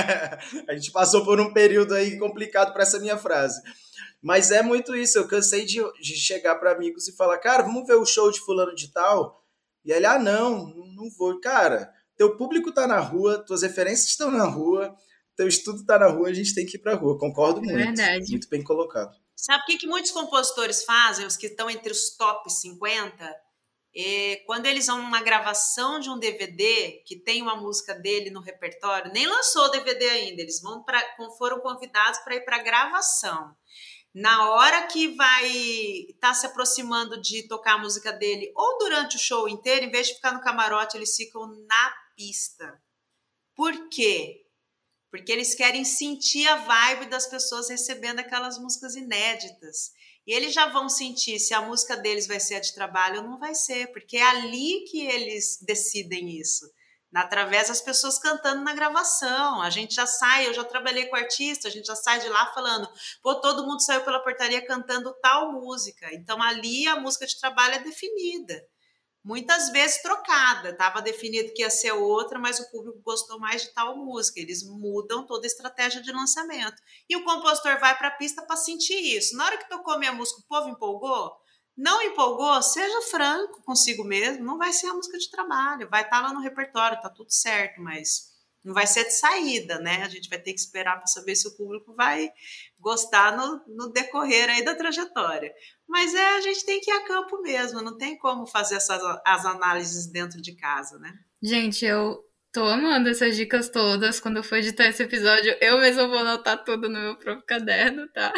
a gente passou por um período aí complicado para essa minha frase. Mas é muito isso. Eu cansei de, de chegar para amigos e falar, cara, vamos ver o show de fulano de tal? E ele, ah, não, não vou. Cara, teu público tá na rua, tuas referências estão na rua, teu estudo tá na rua, a gente tem que ir pra rua. Concordo muito. Verdade. Muito bem colocado. Sabe o que, que muitos compositores fazem, os que estão entre os top cinquenta? É, quando eles vão numa gravação de um D V D, que tem uma música dele no repertório, nem lançou o D V D ainda, eles vão pra, foram convidados para ir para gravação. Na hora que vai estar tá se aproximando de tocar a música dele, ou durante o show inteiro, em vez de ficar no camarote, eles ficam na pista. Por quê? Porque eles querem sentir a vibe das pessoas recebendo aquelas músicas inéditas. E eles já vão sentir se a música deles vai ser a de trabalho ou não vai ser, porque é ali que eles decidem isso. Através das pessoas cantando na gravação. A gente já sai, eu já trabalhei com artista, a gente já sai de lá falando, pô, todo mundo saiu pela portaria cantando tal música. Então ali a música de trabalho é definida. Muitas vezes trocada, estava definido que ia ser outra, mas o público gostou mais de tal música. Eles mudam toda a estratégia de lançamento. E o compositor vai para a pista para sentir isso. Na hora que tocou minha música, o povo empolgou? Não empolgou? Seja franco consigo mesmo, não vai ser a música de trabalho, vai estar lá no repertório, tá tudo certo, mas não vai ser de saída, né? A gente vai ter que esperar para saber se o público vai gostar no, no decorrer aí da trajetória. Mas é, a gente tem que ir a campo mesmo, não tem como fazer essas, as análises dentro de casa, né? Gente, eu tô amando essas dicas todas. Quando eu for editar esse episódio, eu mesma vou anotar tudo no meu próprio caderno, tá?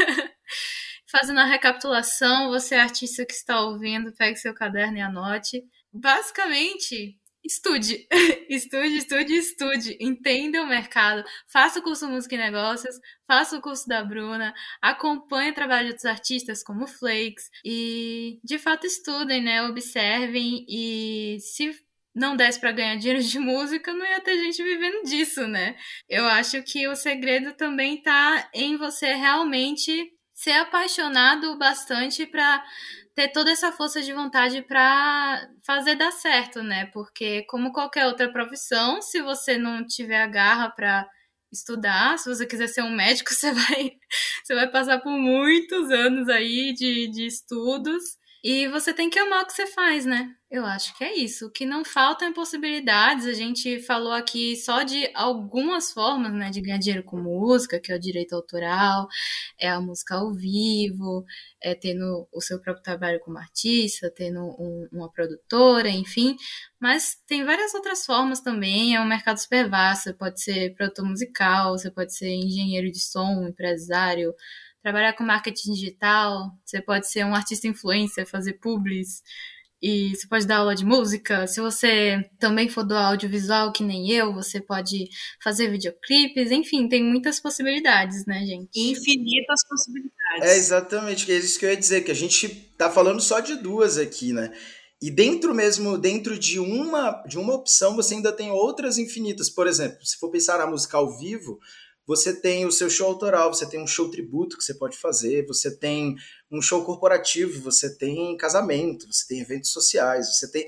Fazendo a recapitulação, você artista que está ouvindo, pegue seu caderno e anote. Basicamente, estude. Estude, estude, estude. Entenda o mercado. Faça o curso Música e Negócios. Faça o curso da Bruna. Acompanhe o trabalho de outros artistas como o Flakes. E, de fato, estudem, né? Observem. E se não desse para ganhar dinheiro de música, não ia ter gente vivendo disso, né? Eu acho que o segredo também tá em você realmente ser apaixonado bastante para ter toda essa força de vontade para fazer dar certo, né? Porque, como qualquer outra profissão, se você não tiver a garra para estudar, se você quiser ser um médico, você vai, você vai passar por muitos anos aí de, de estudos. E você tem que amar o que você faz, né? Eu acho que é isso. O que não faltam é possibilidades. A gente falou aqui só de algumas formas, né, de ganhar dinheiro com música, que é o direito autoral, é a música ao vivo, é tendo o seu próprio trabalho como artista, tendo um, uma produtora, enfim. Mas tem várias outras formas também. É um mercado super vasto. Você pode ser produtor musical, você pode ser engenheiro de som, empresário, trabalhar com marketing digital, você pode ser um artista influencer, fazer publis, e você pode dar aula de música. Se você também for do audiovisual, que nem eu, você pode fazer videoclipes, enfim, tem muitas possibilidades, né, gente? Infinitas possibilidades. É exatamente, é isso que eu ia dizer, que a gente tá falando só de duas aqui, né? E dentro mesmo, dentro de uma, de uma opção, você ainda tem outras infinitas. Por exemplo, se for pensar na música ao vivo, você tem o seu show autoral, você tem um show tributo que você pode fazer, você tem um show corporativo, você tem casamento, você tem eventos sociais, você tem...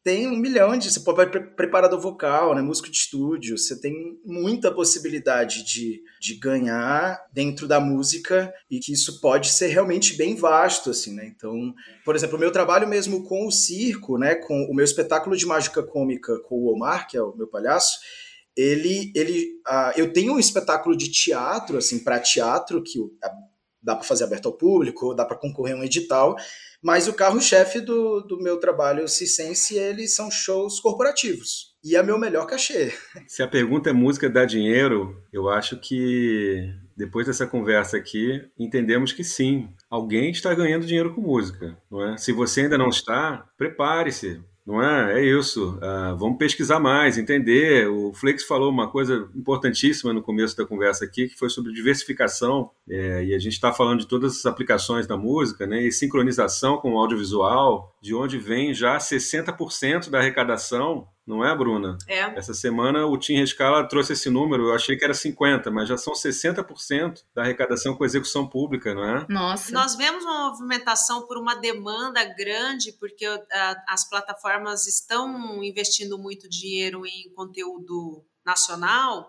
tem um milhão de... Você pode ser preparador vocal, né? Músico de estúdio. Você tem muita possibilidade de, de ganhar dentro da música e que isso pode ser realmente bem vasto, assim, né? Então, por exemplo, o meu trabalho mesmo com o circo, né? Com o meu espetáculo de mágica cômica com o Omar, que é o meu palhaço, ele... ele uh, eu tenho um espetáculo de teatro, assim, para teatro, que uh, dá para fazer aberto ao público, dá para concorrer a um edital, mas o carro-chefe do, do meu trabalho circense, eles são shows corporativos. E é meu melhor cachê. Se a pergunta é música dá dinheiro, eu acho que depois dessa conversa aqui, entendemos que sim, alguém está ganhando dinheiro com música, não é? Se você ainda não está, prepare-se. Não é? É isso. Uh, vamos pesquisar mais, entender. O Flex falou uma coisa importantíssima no começo da conversa aqui, que foi sobre diversificação. É, e a gente está falando de todas as aplicações da música, né? E sincronização com o audiovisual, de onde vem já sessenta por cento da arrecadação. Não é, Bruna? É. Essa semana o Tim Rescala trouxe esse número, eu achei que era cinquenta por cento, mas já são sessenta por cento da arrecadação com execução pública, não é? Nossa. Nós vemos uma movimentação por uma demanda grande, porque uh, as plataformas estão investindo muito dinheiro em conteúdo nacional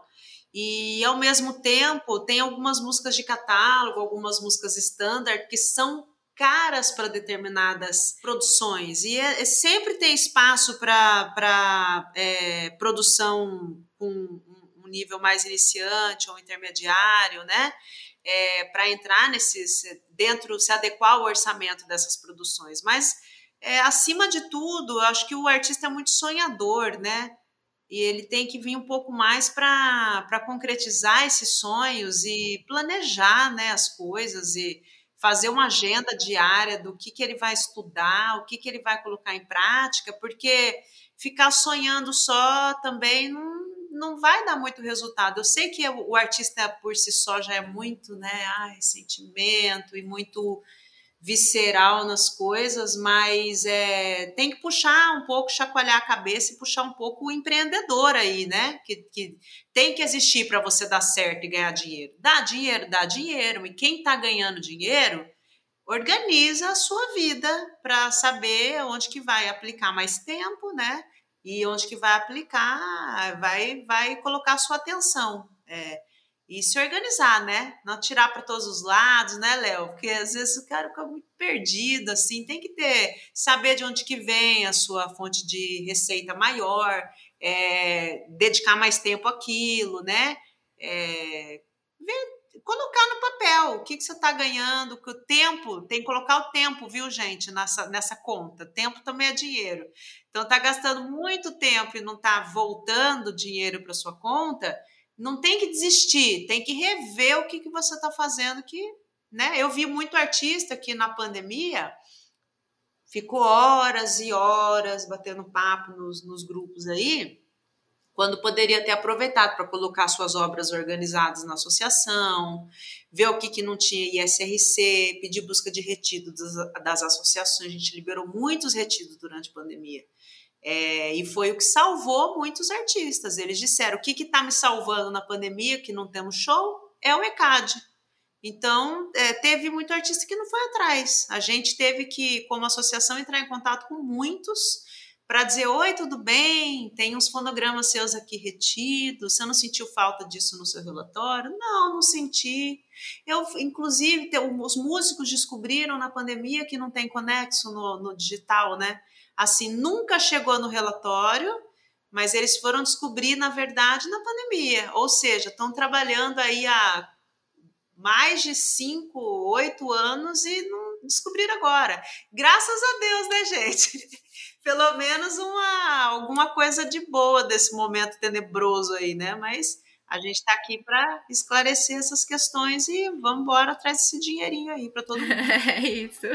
e, ao mesmo tempo, tem algumas músicas de catálogo, algumas músicas standard que são caras para determinadas produções e é, é, sempre tem espaço para é, produção com um nível mais iniciante ou intermediário, né? É, para entrar nesses dentro, se adequar ao orçamento dessas produções, mas é, acima de tudo, eu acho que o artista é muito sonhador, né? E ele tem que vir um pouco mais para concretizar esses sonhos e planejar, né, as coisas e fazer uma agenda diária do que, que ele vai estudar, o que, que ele vai colocar em prática, porque ficar sonhando só também não, não vai dar muito resultado. Eu sei que o artista por si só já é muito, né, ai, sentimento e muito visceral nas coisas, mas é, tem que puxar um pouco, chacoalhar a cabeça e puxar um pouco o empreendedor aí, né? Que, que tem que existir para você dar certo e ganhar dinheiro. Dá dinheiro, dá dinheiro. E quem está ganhando dinheiro, organiza a sua vida para saber onde que vai aplicar mais tempo, né? E onde que vai aplicar, vai, vai colocar a sua atenção. É, E se organizar, né? Não tirar para todos os lados, né, Léo? Porque às vezes o cara fica muito perdido, assim. Tem que ter, saber de onde que vem a sua fonte de receita maior, é, dedicar mais tempo àquilo, né? É, ver, colocar no papel o que, que você está ganhando, que o tempo, tem que colocar o tempo, viu, gente, nessa, nessa conta. Tempo também é dinheiro. Então, tá gastando muito tempo e não tá voltando dinheiro para sua conta. Não tem que desistir, tem que rever o que, que você está fazendo. Que, né? Eu vi muito artista que na pandemia ficou horas e horas batendo papo nos, nos grupos aí, quando poderia ter aproveitado para colocar suas obras organizadas na associação, ver o que, que não tinha I S R C, pedir busca de retido das, das associações. A gente liberou muitos retidos durante a pandemia. É, e foi o que salvou muitos artistas. Eles disseram, o que está me salvando na pandemia, que não temos show, é o E C A D. Então, é, teve muito artista que não foi atrás. A gente teve que, como associação, entrar em contato com muitos para dizer, oi, tudo bem? Tem uns fonogramas seus aqui retidos, você não sentiu falta disso no seu relatório? Não, não senti. Eu, inclusive, os músicos descobriram na pandemia que não tem conexo no, no digital, né? Assim, nunca chegou no relatório, mas eles foram descobrir, na verdade, na pandemia. Ou seja, estão trabalhando aí há mais de cinco, oito anos e não descobriram agora. Graças a Deus, né, gente? Pelo menos uma, alguma coisa de boa desse momento tenebroso aí, né? Mas a gente está aqui para esclarecer essas questões e vamos embora atrás desse dinheirinho aí para todo mundo. É isso.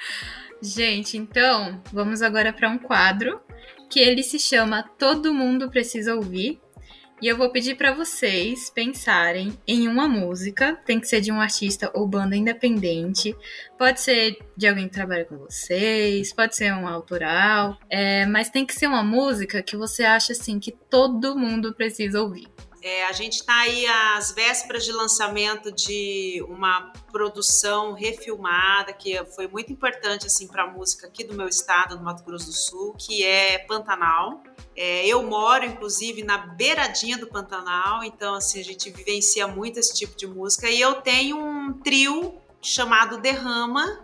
Gente, então, vamos agora para um quadro que ele se chama Todo Mundo Precisa Ouvir. E eu vou pedir para vocês pensarem em uma música, tem que ser de um artista ou banda independente, pode ser de alguém que trabalha com vocês, pode ser um autoral, é, mas tem que ser uma música que você acha assim que todo mundo precisa ouvir. É, a gente está aí às vésperas de lançamento de uma produção refilmada, que foi muito importante assim, para a música aqui do meu estado, do Mato Grosso do Sul, que é Pantanal. É, eu moro, inclusive, na beiradinha do Pantanal, então assim, a gente vivencia muito esse tipo de música. E eu tenho um trio chamado Derrama,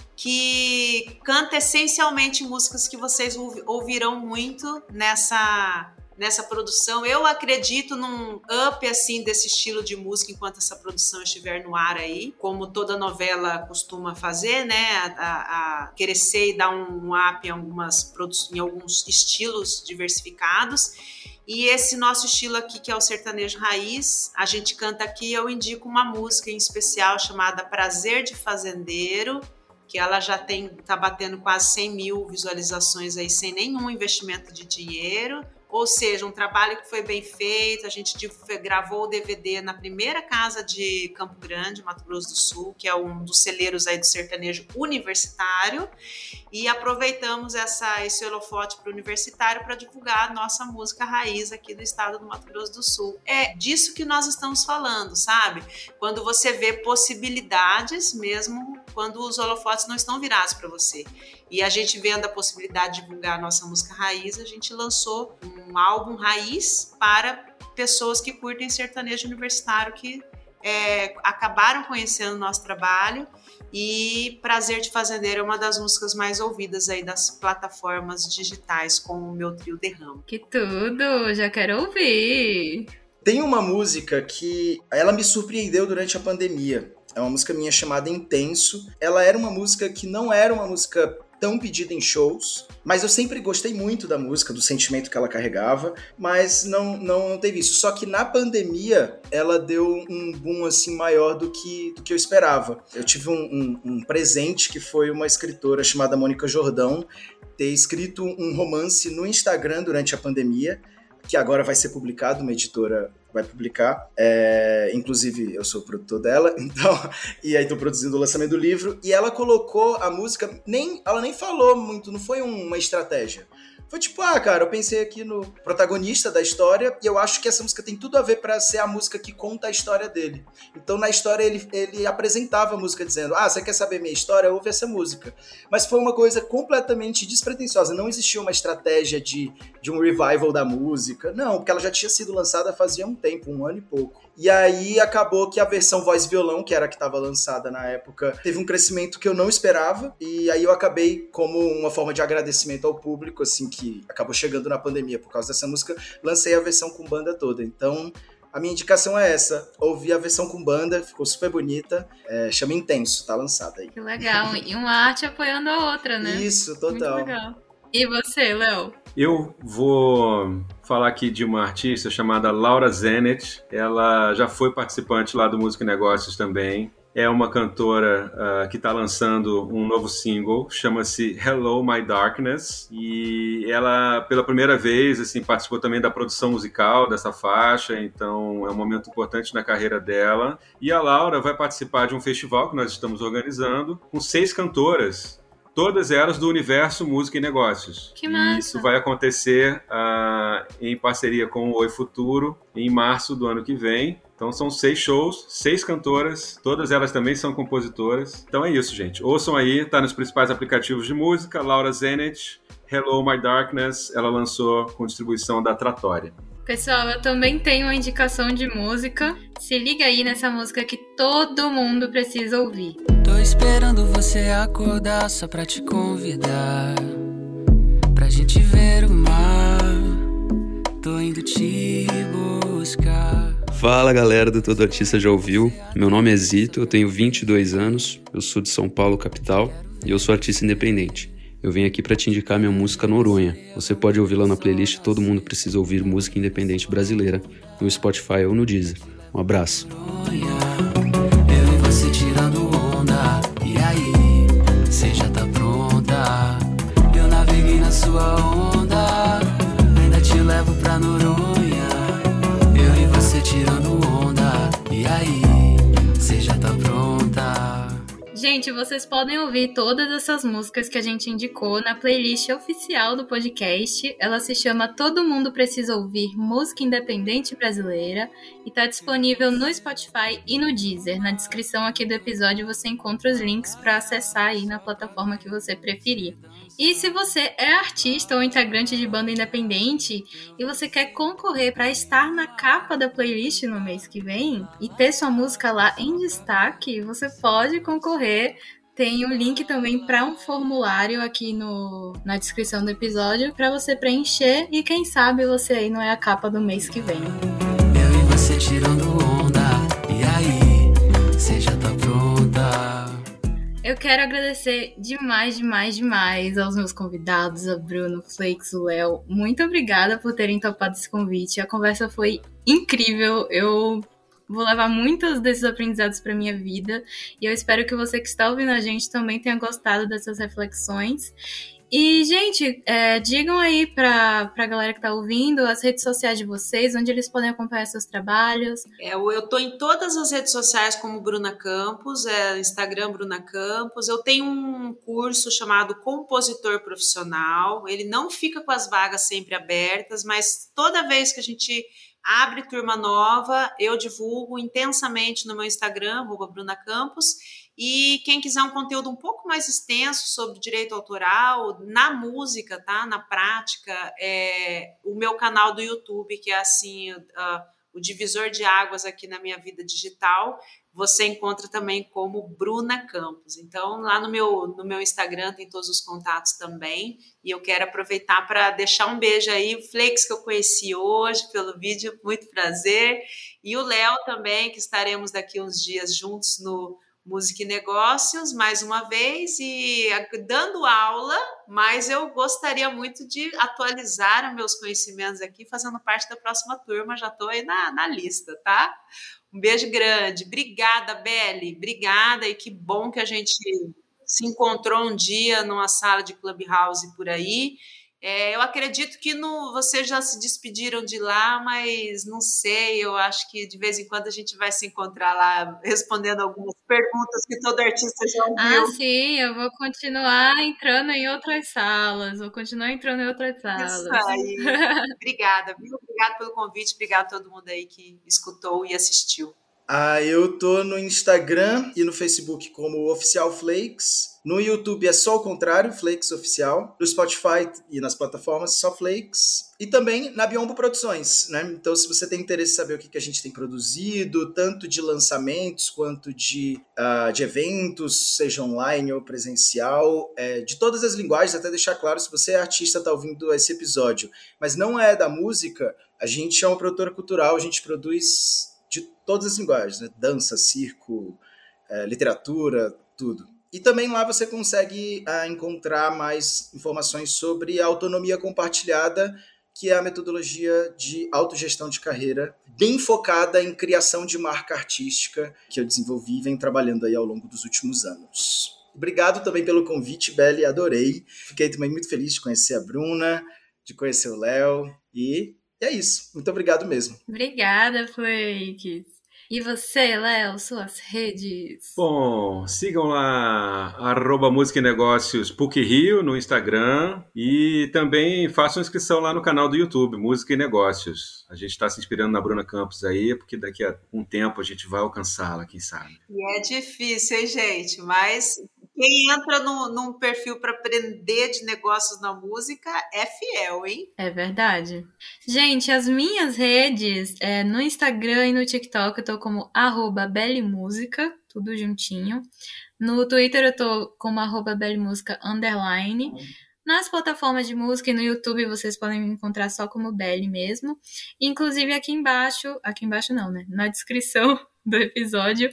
que canta essencialmente músicas que vocês ouvirão muito nessa... nessa produção. Eu acredito num up assim desse estilo de música enquanto essa produção estiver no ar aí, como toda novela costuma fazer, né, a, a crescer e dar um up em algumas produ- em alguns estilos diversificados. E esse nosso estilo aqui, que é o sertanejo raiz, a gente canta aqui, eu indico uma música em especial chamada Prazer de Fazendeiro, que ela já tem, tá batendo quase cem mil visualizações aí sem nenhum investimento de dinheiro. Ou seja, um trabalho que foi bem feito. A gente gravou o D V D na primeira casa de Campo Grande, Mato Grosso do Sul, que é um dos celeiros aí do sertanejo universitário, e aproveitamos essa, esse holofote para o universitário para divulgar a nossa música raiz aqui do estado do Mato Grosso do Sul. É disso que nós estamos falando, sabe? Quando você vê possibilidades, mesmo quando os holofotes não estão virados para você. E a gente vendo a possibilidade de divulgar a nossa música raiz, a gente lançou um álbum raiz para pessoas que curtem sertanejo universitário, que é, acabaram conhecendo o nosso trabalho. E Prazer de Fazendeiro é uma das músicas mais ouvidas aí das plataformas digitais com o meu trio Derrama. Que tudo! Já quero ouvir! Tem uma música que ela me surpreendeu durante a pandemia. É uma música minha chamada Intenso. Ela era uma música que não era uma música tão pedida em shows, mas eu sempre gostei muito da música, do sentimento que ela carregava, mas não, não, não teve isso. Só que na pandemia, ela deu um boom assim maior do que, do que eu esperava. Eu tive um, um, um presente que foi uma escritora chamada Mônica Jordão ter escrito um romance no Instagram durante a pandemia, que agora vai ser publicado, uma editora vai publicar, é, inclusive eu sou produtor dela, então, e aí tô produzindo o lançamento do livro, e ela colocou a música, nem, ela nem falou muito, não foi uma estratégia. Foi tipo, ah, cara, eu pensei aqui no protagonista da história e eu acho que essa música tem tudo a ver pra ser a música que conta a história dele. Então, na história, ele, ele apresentava a música dizendo, ah, você quer saber minha história? Ouve essa música. Mas foi uma coisa completamente despretensiosa. Não existia uma estratégia de, de um revival da música. Não, porque ela já tinha sido lançada fazia um tempo, um ano e pouco. E aí, acabou que a versão voz e violão, que era a que estava lançada na época, teve um crescimento que eu não esperava. E aí, eu acabei, como uma forma de agradecimento ao público, assim, que acabou chegando na pandemia por causa dessa música, lancei a versão com banda toda. Então, a minha indicação é essa. Ouvi a versão com banda, ficou super bonita. É, chama Intenso, tá lançada aí. Que legal. E uma arte apoiando a outra, né? Isso, total. Muito legal. E você, Léo? Eu vou falar aqui de uma artista chamada Laura Zenet. Ela já foi participante lá do Música e Negócios também. É uma cantora uh, que está lançando um novo single, chama-se Hello My Darkness, e ela, pela primeira vez, assim, participou também da produção musical dessa faixa, então é um momento importante na carreira dela. E a Laura vai participar de um festival que nós estamos organizando com seis cantoras, todas elas do universo Música e Negócios. Que massa! E isso vai acontecer uh, em parceria com o Oi Futuro, em março do ano que vem. Então são seis shows, seis cantoras, todas elas também são compositoras. Então é isso, gente. Ouçam aí, tá nos principais aplicativos de música, Laura Zenet, Hello My Darkness, ela lançou com distribuição da Trattoria. Pessoal, eu também tenho uma indicação de música. Se liga aí nessa música que todo mundo precisa ouvir. Tô esperando você acordar só pra te convidar, pra gente ver o mar. Tô indo te buscar. Fala galera do Todo Artista Já Ouviu, meu nome é Zito, eu tenho vinte e dois anos, eu sou de São Paulo, capital, e eu sou artista independente. Eu venho aqui para te indicar minha música Noronha. Você pode ouvir lá na playlist Todo Mundo Precisa Ouvir Música Independente Brasileira, no Spotify ou no Deezer. Um abraço. Eu e você tirando onda, e aí, cê já tá pronta? Eu naveguei na sua onda, ainda te levo pra Noronha. Tirando onda, e aí, cê já tá pronta? gente, vocês podem ouvir todas essas músicas que a gente indicou na playlist oficial do podcast. Ela se chama Todo Mundo Precisa Ouvir Música Independente Brasileira e está disponível no Spotify e no Deezer. Na descrição aqui do episódio você encontra os links para acessar aí na plataforma que você preferir. E se você é artista ou integrante de banda independente e você quer concorrer para estar na capa da playlist no mês que vem e ter sua música lá em destaque, você pode concorrer. Tem um link também para um formulário aqui no, na descrição do episódio para você preencher e quem sabe você aí não é a capa do mês que vem. Eu e você tirando onda, e aí, você já tá pronta? Eu quero agradecer demais, demais, demais aos meus convidados, a Bruno, Flakes, o Léo. Muito obrigada por terem topado esse convite. A conversa foi incrível. Eu vou levar muitos desses aprendizados para minha vida. E eu espero que você que está ouvindo a gente também tenha gostado dessas reflexões. E, gente, é, digam aí pra, pra galera que tá ouvindo as redes sociais de vocês, onde eles podem acompanhar seus trabalhos. É, eu tô em todas as redes sociais como Bruna Campos, é, Instagram Bruna Campos. Eu tenho um curso chamado Compositor Profissional. Ele não fica com as vagas sempre abertas, mas toda vez que a gente abre turma nova, eu divulgo intensamente no meu Instagram, arroba Bruna Campos. E quem quiser um conteúdo um pouco mais extenso sobre direito autoral, na música, tá? Na prática, é o meu canal do YouTube, que é assim, uh, o divisor de águas aqui na minha vida digital, você encontra também como Bruna Campos. Então, lá no meu, no meu Instagram tem todos os contatos também. E eu quero aproveitar para deixar um beijo aí, o Flakes que eu conheci hoje pelo vídeo, muito prazer. E o Léo também, que estaremos daqui uns dias juntos no Música e Negócios, mais uma vez, e dando aula, mas eu gostaria muito de atualizar os meus conhecimentos aqui, fazendo parte da próxima turma, já estou aí na, na lista, tá? Um beijo grande. Obrigada, Beli, obrigada, e que bom que a gente se encontrou um dia numa sala de Clubhouse por aí. É, eu acredito que no, vocês já se despediram de lá, mas não sei, eu acho que de vez em quando a gente vai se encontrar lá respondendo algumas perguntas que todo artista já ouviu. Ah, sim, eu vou continuar entrando em outras salas, vou continuar entrando em outras salas. Isso aí. Obrigada, viu? Obrigada pelo convite, obrigada a todo mundo aí que escutou e assistiu. Ah, eu tô no Instagram e no Facebook como Oficial Flakes. No YouTube é só o contrário, Flakes Oficial. No Spotify e nas plataformas só Flakes. E também na Biombo Produções, né? Então, se você tem interesse em saber o que, que a gente tem produzido, tanto de lançamentos quanto de, uh, de eventos, seja online ou presencial, é, de todas as linguagens, até deixar claro, se você é artista, tá ouvindo esse episódio, mas não é da música, a gente é uma produtora cultural, a gente produz de todas as linguagens, né? Dança, circo, é, literatura, tudo. E também lá você consegue uh, encontrar mais informações sobre a autonomia compartilhada, que é a metodologia de autogestão de carreira, bem focada em criação de marca artística, que eu desenvolvi e venho trabalhando aí ao longo dos últimos anos. Obrigado também pelo convite, Beli, adorei. Fiquei também muito feliz de conhecer a Bruna, de conhecer o Léo, e é isso. Muito obrigado mesmo. Obrigada, Flakes. E você, Léo, suas redes? Bom, sigam lá, arroba Música e Negócios P U C Rio no Instagram e também façam inscrição lá no canal do YouTube, Música e Negócios. A gente está se inspirando na Bruna Campos aí, porque daqui a um tempo a gente vai alcançá-la, quem sabe. E é difícil, hein, gente? Mas quem entra no, num perfil para aprender de negócios na música é fiel, hein? É verdade. Gente, as minhas redes, é, no Instagram e no TikTok, eu tô como arroba Belimusica, tudo juntinho. No Twitter eu tô como arroba Belimusica underline. Nas plataformas de música e no YouTube vocês podem me encontrar só como Beli mesmo. Inclusive aqui embaixo, aqui embaixo não, né? Na descrição do episódio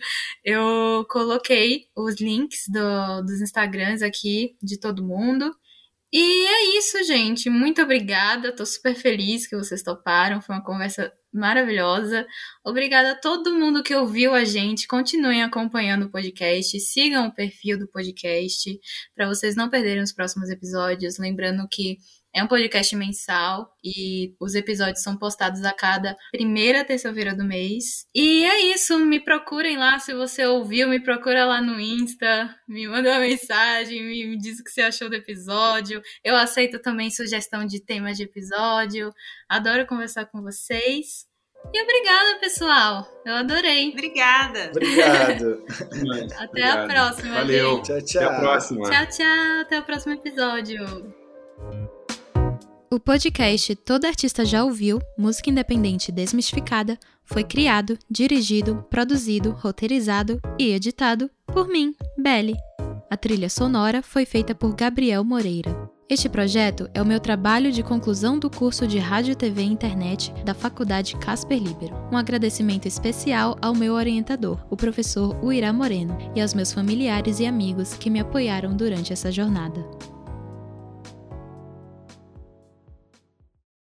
eu coloquei os links do, dos Instagrams aqui de todo mundo. E é isso, gente. Muito obrigada. Tô super feliz que vocês toparam. Foi uma conversa maravilhosa. Obrigada a todo mundo que ouviu a gente. Continuem acompanhando o podcast. Sigam o perfil do podcast para vocês não perderem os próximos episódios. Lembrando que é um podcast mensal e os episódios são postados a cada primeira terça-feira do mês. E é isso, me procurem lá se você ouviu, me procura lá no Insta, me manda uma mensagem, me, me diz o que você achou do episódio. Eu aceito também sugestão de tema de episódio, adoro conversar com vocês. E obrigada, pessoal, eu adorei. Obrigada. Obrigado. Até Obrigado. a próxima, Valeu. gente. Tchau, tchau. Até a próxima. Tchau, tchau, até o próximo episódio. O podcast Todo Artista Já Ouviu, Música Independente Desmistificada, foi criado, dirigido, produzido, roteirizado e editado por mim, Belly. A trilha sonora foi feita por Gabriel Moreira. Este projeto é o meu trabalho de conclusão do curso de Rádio, T V e Internet da Faculdade Casper Libero. Um agradecimento especial ao meu orientador, o professor Uirá Moreno, e aos meus familiares e amigos que me apoiaram durante essa jornada.